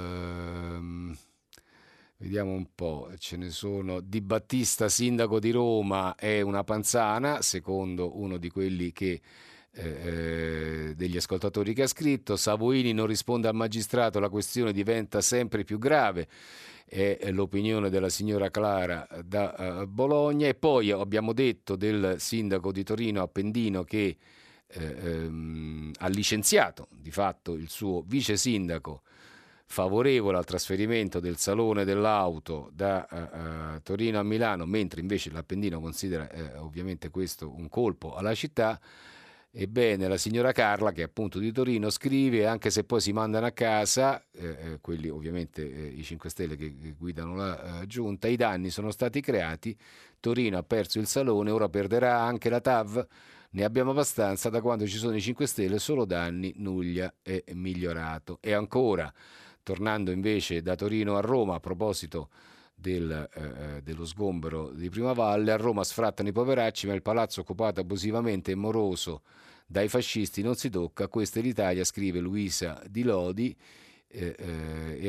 ce ne sono. Di Battista, sindaco di Roma, è una panzana, secondo uno di quelli che degli ascoltatori che ha scritto. Savoini non risponde al magistrato, la questione diventa sempre più grave, è l'opinione della signora Clara da Bologna. E poi abbiamo detto del sindaco di Torino Appendino che ha licenziato di fatto il suo vice sindaco favorevole al trasferimento del salone dell'auto da Torino a Milano, mentre invece l'Appendino considera ovviamente questo un colpo alla città. Ebbene, la signora Carla, che è appunto di Torino, scrive: anche se poi si mandano a casa, quelli ovviamente i 5 Stelle che guidano la giunta, i danni sono stati creati, Torino ha perso il salone, ora perderà anche la TAV, ne abbiamo abbastanza, da quando ci sono i 5 Stelle solo danni, nulla è migliorato. E ancora, tornando invece da Torino a Roma, a proposito dello sgombero di Primavalle, a Roma sfrattano i poveracci, ma il palazzo occupato abusivamente e moroso dai fascisti non si tocca. Questa è l'Italia, scrive Luisa Di Lodi. E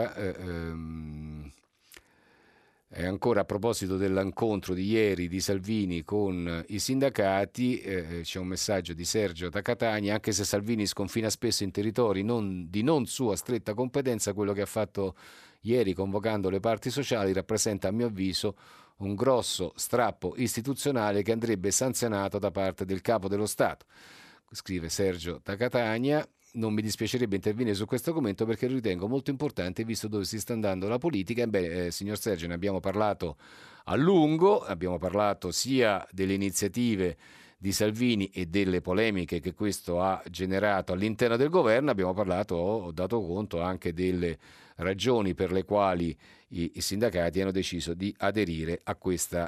ancora a proposito dell'incontro di ieri di Salvini con i sindacati, c'è un messaggio di Sergio da Catania: anche se Salvini sconfina spesso in territori di non sua stretta competenza, quello che ha fatto ieri convocando le parti sociali rappresenta, a mio avviso, un grosso strappo istituzionale che andrebbe sanzionato da parte del Capo dello Stato. Scrive Sergio da Catania. Non mi dispiacerebbe intervenire su questo argomento perché lo ritengo molto importante visto dove si sta andando la politica. Signor Sergio, ne abbiamo parlato a lungo, abbiamo parlato sia delle iniziative di Salvini e delle polemiche che questo ha generato all'interno del governo, ho dato conto anche delle ragioni per le quali i sindacati hanno deciso di aderire a questo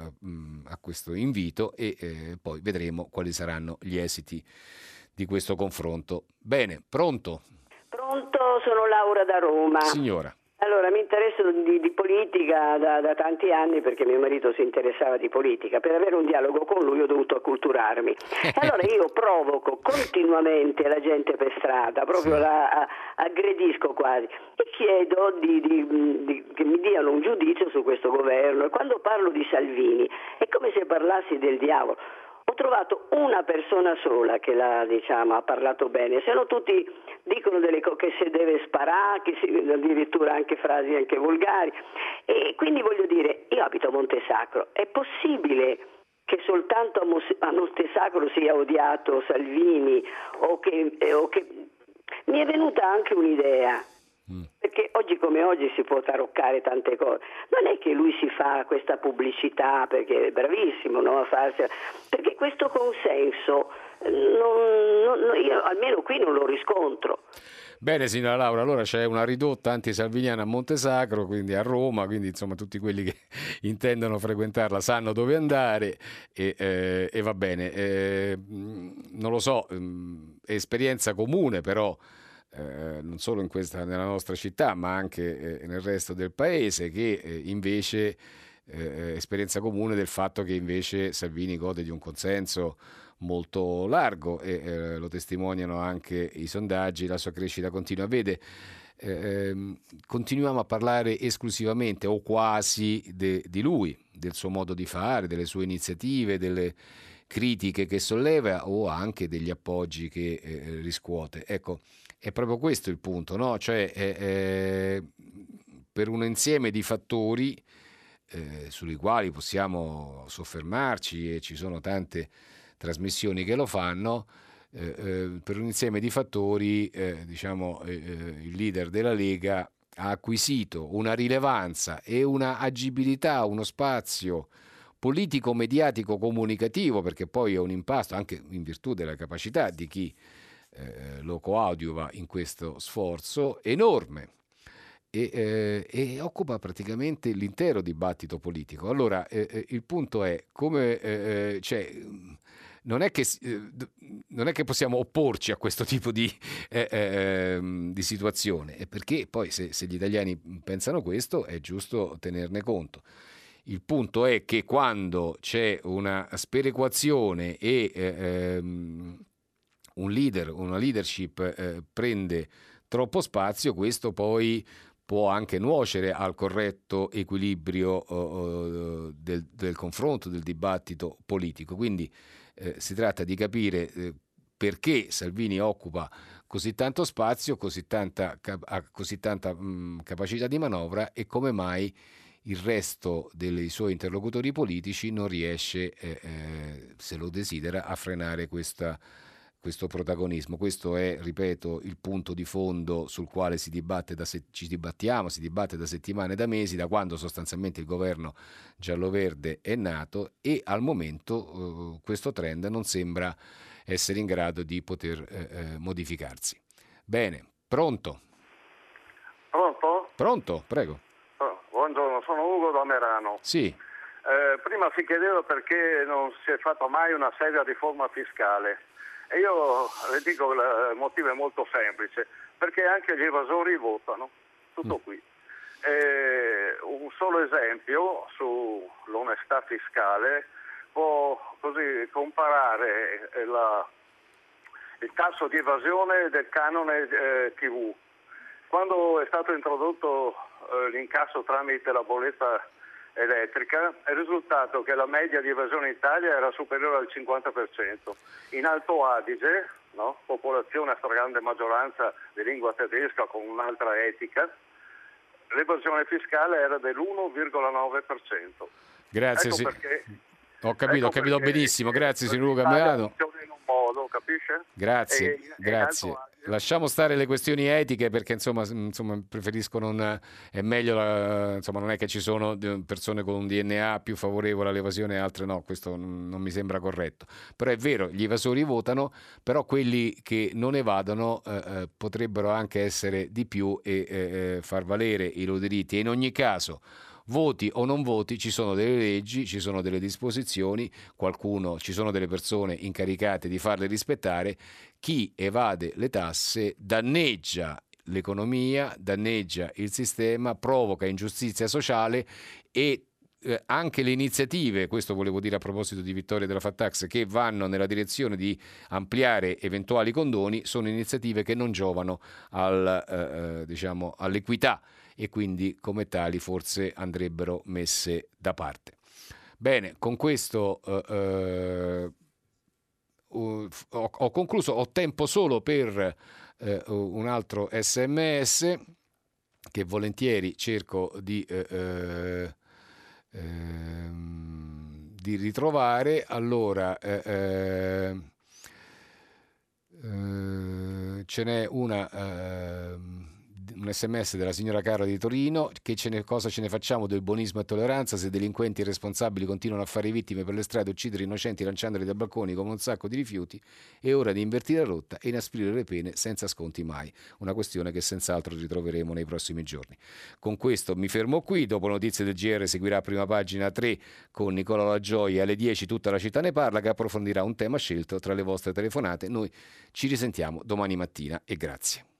invito e poi vedremo quali saranno gli esiti di questo confronto. Bene, pronto? Pronto, sono Laura da Roma. Signora. Allora, mi interesso di politica da tanti anni perché mio marito si interessava di politica. Per avere un dialogo con lui ho dovuto acculturarmi. Allora io provoco continuamente la gente per strada, proprio la aggredisco quasi e chiedo che mi diano un giudizio su questo governo. E quando parlo di Salvini è come se parlassi del diavolo. Ho trovato una persona sola che ha parlato bene, se no tutti dicono delle cose che si deve sparare, addirittura anche frasi anche volgari. E quindi voglio dire, io abito a Montesacro, è possibile che soltanto a Montesacro sia odiato Salvini o che mi è venuta anche un'idea. Perché oggi come oggi si può taroccare tante cose, non è che lui si fa questa pubblicità perché è bravissimo, no, a farsela, perché questo consenso io almeno qui non lo riscontro. Bene signora Laura, allora c'è una ridotta antisalviniana a Montesacro, quindi a Roma, quindi insomma tutti quelli che intendono frequentarla sanno dove andare e va bene, non lo so, è esperienza comune però non solo nella nostra città ma anche nel resto del paese che invece esperienza comune del fatto che invece Salvini gode di un consenso molto largo e lo testimoniano anche i sondaggi, la sua crescita continua. Vede, continuiamo a parlare esclusivamente o quasi di lui, del suo modo di fare, delle sue iniziative, delle critiche che solleva o anche degli appoggi che riscuote. Ecco, è proprio questo il punto, no? Cioè per un insieme di fattori sui quali possiamo soffermarci e ci sono tante trasmissioni che lo fanno, per un insieme di fattori il leader della Lega ha acquisito una rilevanza e una agibilità, uno spazio politico, mediatico, comunicativo, perché poi è un impasto anche in virtù della capacità di chi lo coadiuva in questo sforzo enorme e occupa praticamente l'intero dibattito politico. Allora il punto è come non è che possiamo opporci a questo tipo di situazione, perché poi se gli italiani pensano questo è giusto tenerne conto. Il punto è che quando c'è una sperequazione e un leader, una leadership prende troppo spazio, questo poi può anche nuocere al corretto equilibrio del confronto, del dibattito politico. Quindi si tratta di capire perché Salvini occupa così tanto spazio, ha così tanta capacità di manovra e come mai il resto dei suoi interlocutori politici non riesce, se lo desidera, a frenare questo protagonismo. Questo è, ripeto, il punto di fondo sul quale si dibatte da settimane, da mesi, da quando sostanzialmente il governo giallo-verde è nato e al momento questo trend non sembra essere in grado di poter modificarsi. Bene, pronto? Pronto? Pronto, prego. Buongiorno, sono Ugo da Merano. Sì. Prima si chiedeva perché non si è fatta mai una seria riforma fiscale. E io le dico il motivo è molto semplice, perché anche gli evasori votano, tutto qui. Un solo esempio sull'onestà fiscale può così comparare il tasso di evasione del canone TV. quando è stato introdotto l'incasso tramite la bolletta elettrica, è risultato che la media di evasione in Italia era superiore al 50%. In Alto Adige, no? Popolazione a stragrande maggioranza di lingua tedesca con un'altra etica, l'evasione fiscale era dell'1,9%. Grazie, ecco perché, ho capito benissimo, grazie signor Luca Meato. Capisce? Grazie. Lasciamo stare le questioni etiche perché insomma preferisco non è meglio non è che ci sono persone con un DNA più favorevole all'evasione e altre no, questo non mi sembra corretto. Però è vero, gli evasori votano, però quelli che non evadono potrebbero anche essere di più e far valere i loro diritti, e in ogni caso, voti o non voti, ci sono delle leggi, ci sono delle disposizioni, ci sono delle persone incaricate di farle rispettare. Chi evade le tasse danneggia l'economia, danneggia il sistema, provoca ingiustizia sociale e anche le iniziative, questo volevo dire a proposito di vittoria della Flat Tax, che vanno nella direzione di ampliare eventuali condoni, sono iniziative che non giovano all'equità e quindi come tali forse andrebbero messe da parte. Bene, con questo ho concluso, ho tempo solo per un altro SMS che volentieri cerco di ritrovare. Allora ce n'è un SMS della signora Carla di Torino: cosa ce ne facciamo del buonismo e tolleranza se delinquenti irresponsabili continuano a fare vittime per le strade, uccidere innocenti lanciandoli dai balconi come un sacco di rifiuti? È ora di invertire la rotta e inasprire le pene senza sconti mai, una questione che senz'altro ritroveremo nei prossimi giorni. Con questo mi fermo qui, dopo notizie del GR seguirà Prima Pagina 3 con Nicola La Gioia, alle 10 Tutta la città ne parla, che approfondirà un tema scelto tra le vostre telefonate. Noi ci risentiamo domani mattina e grazie.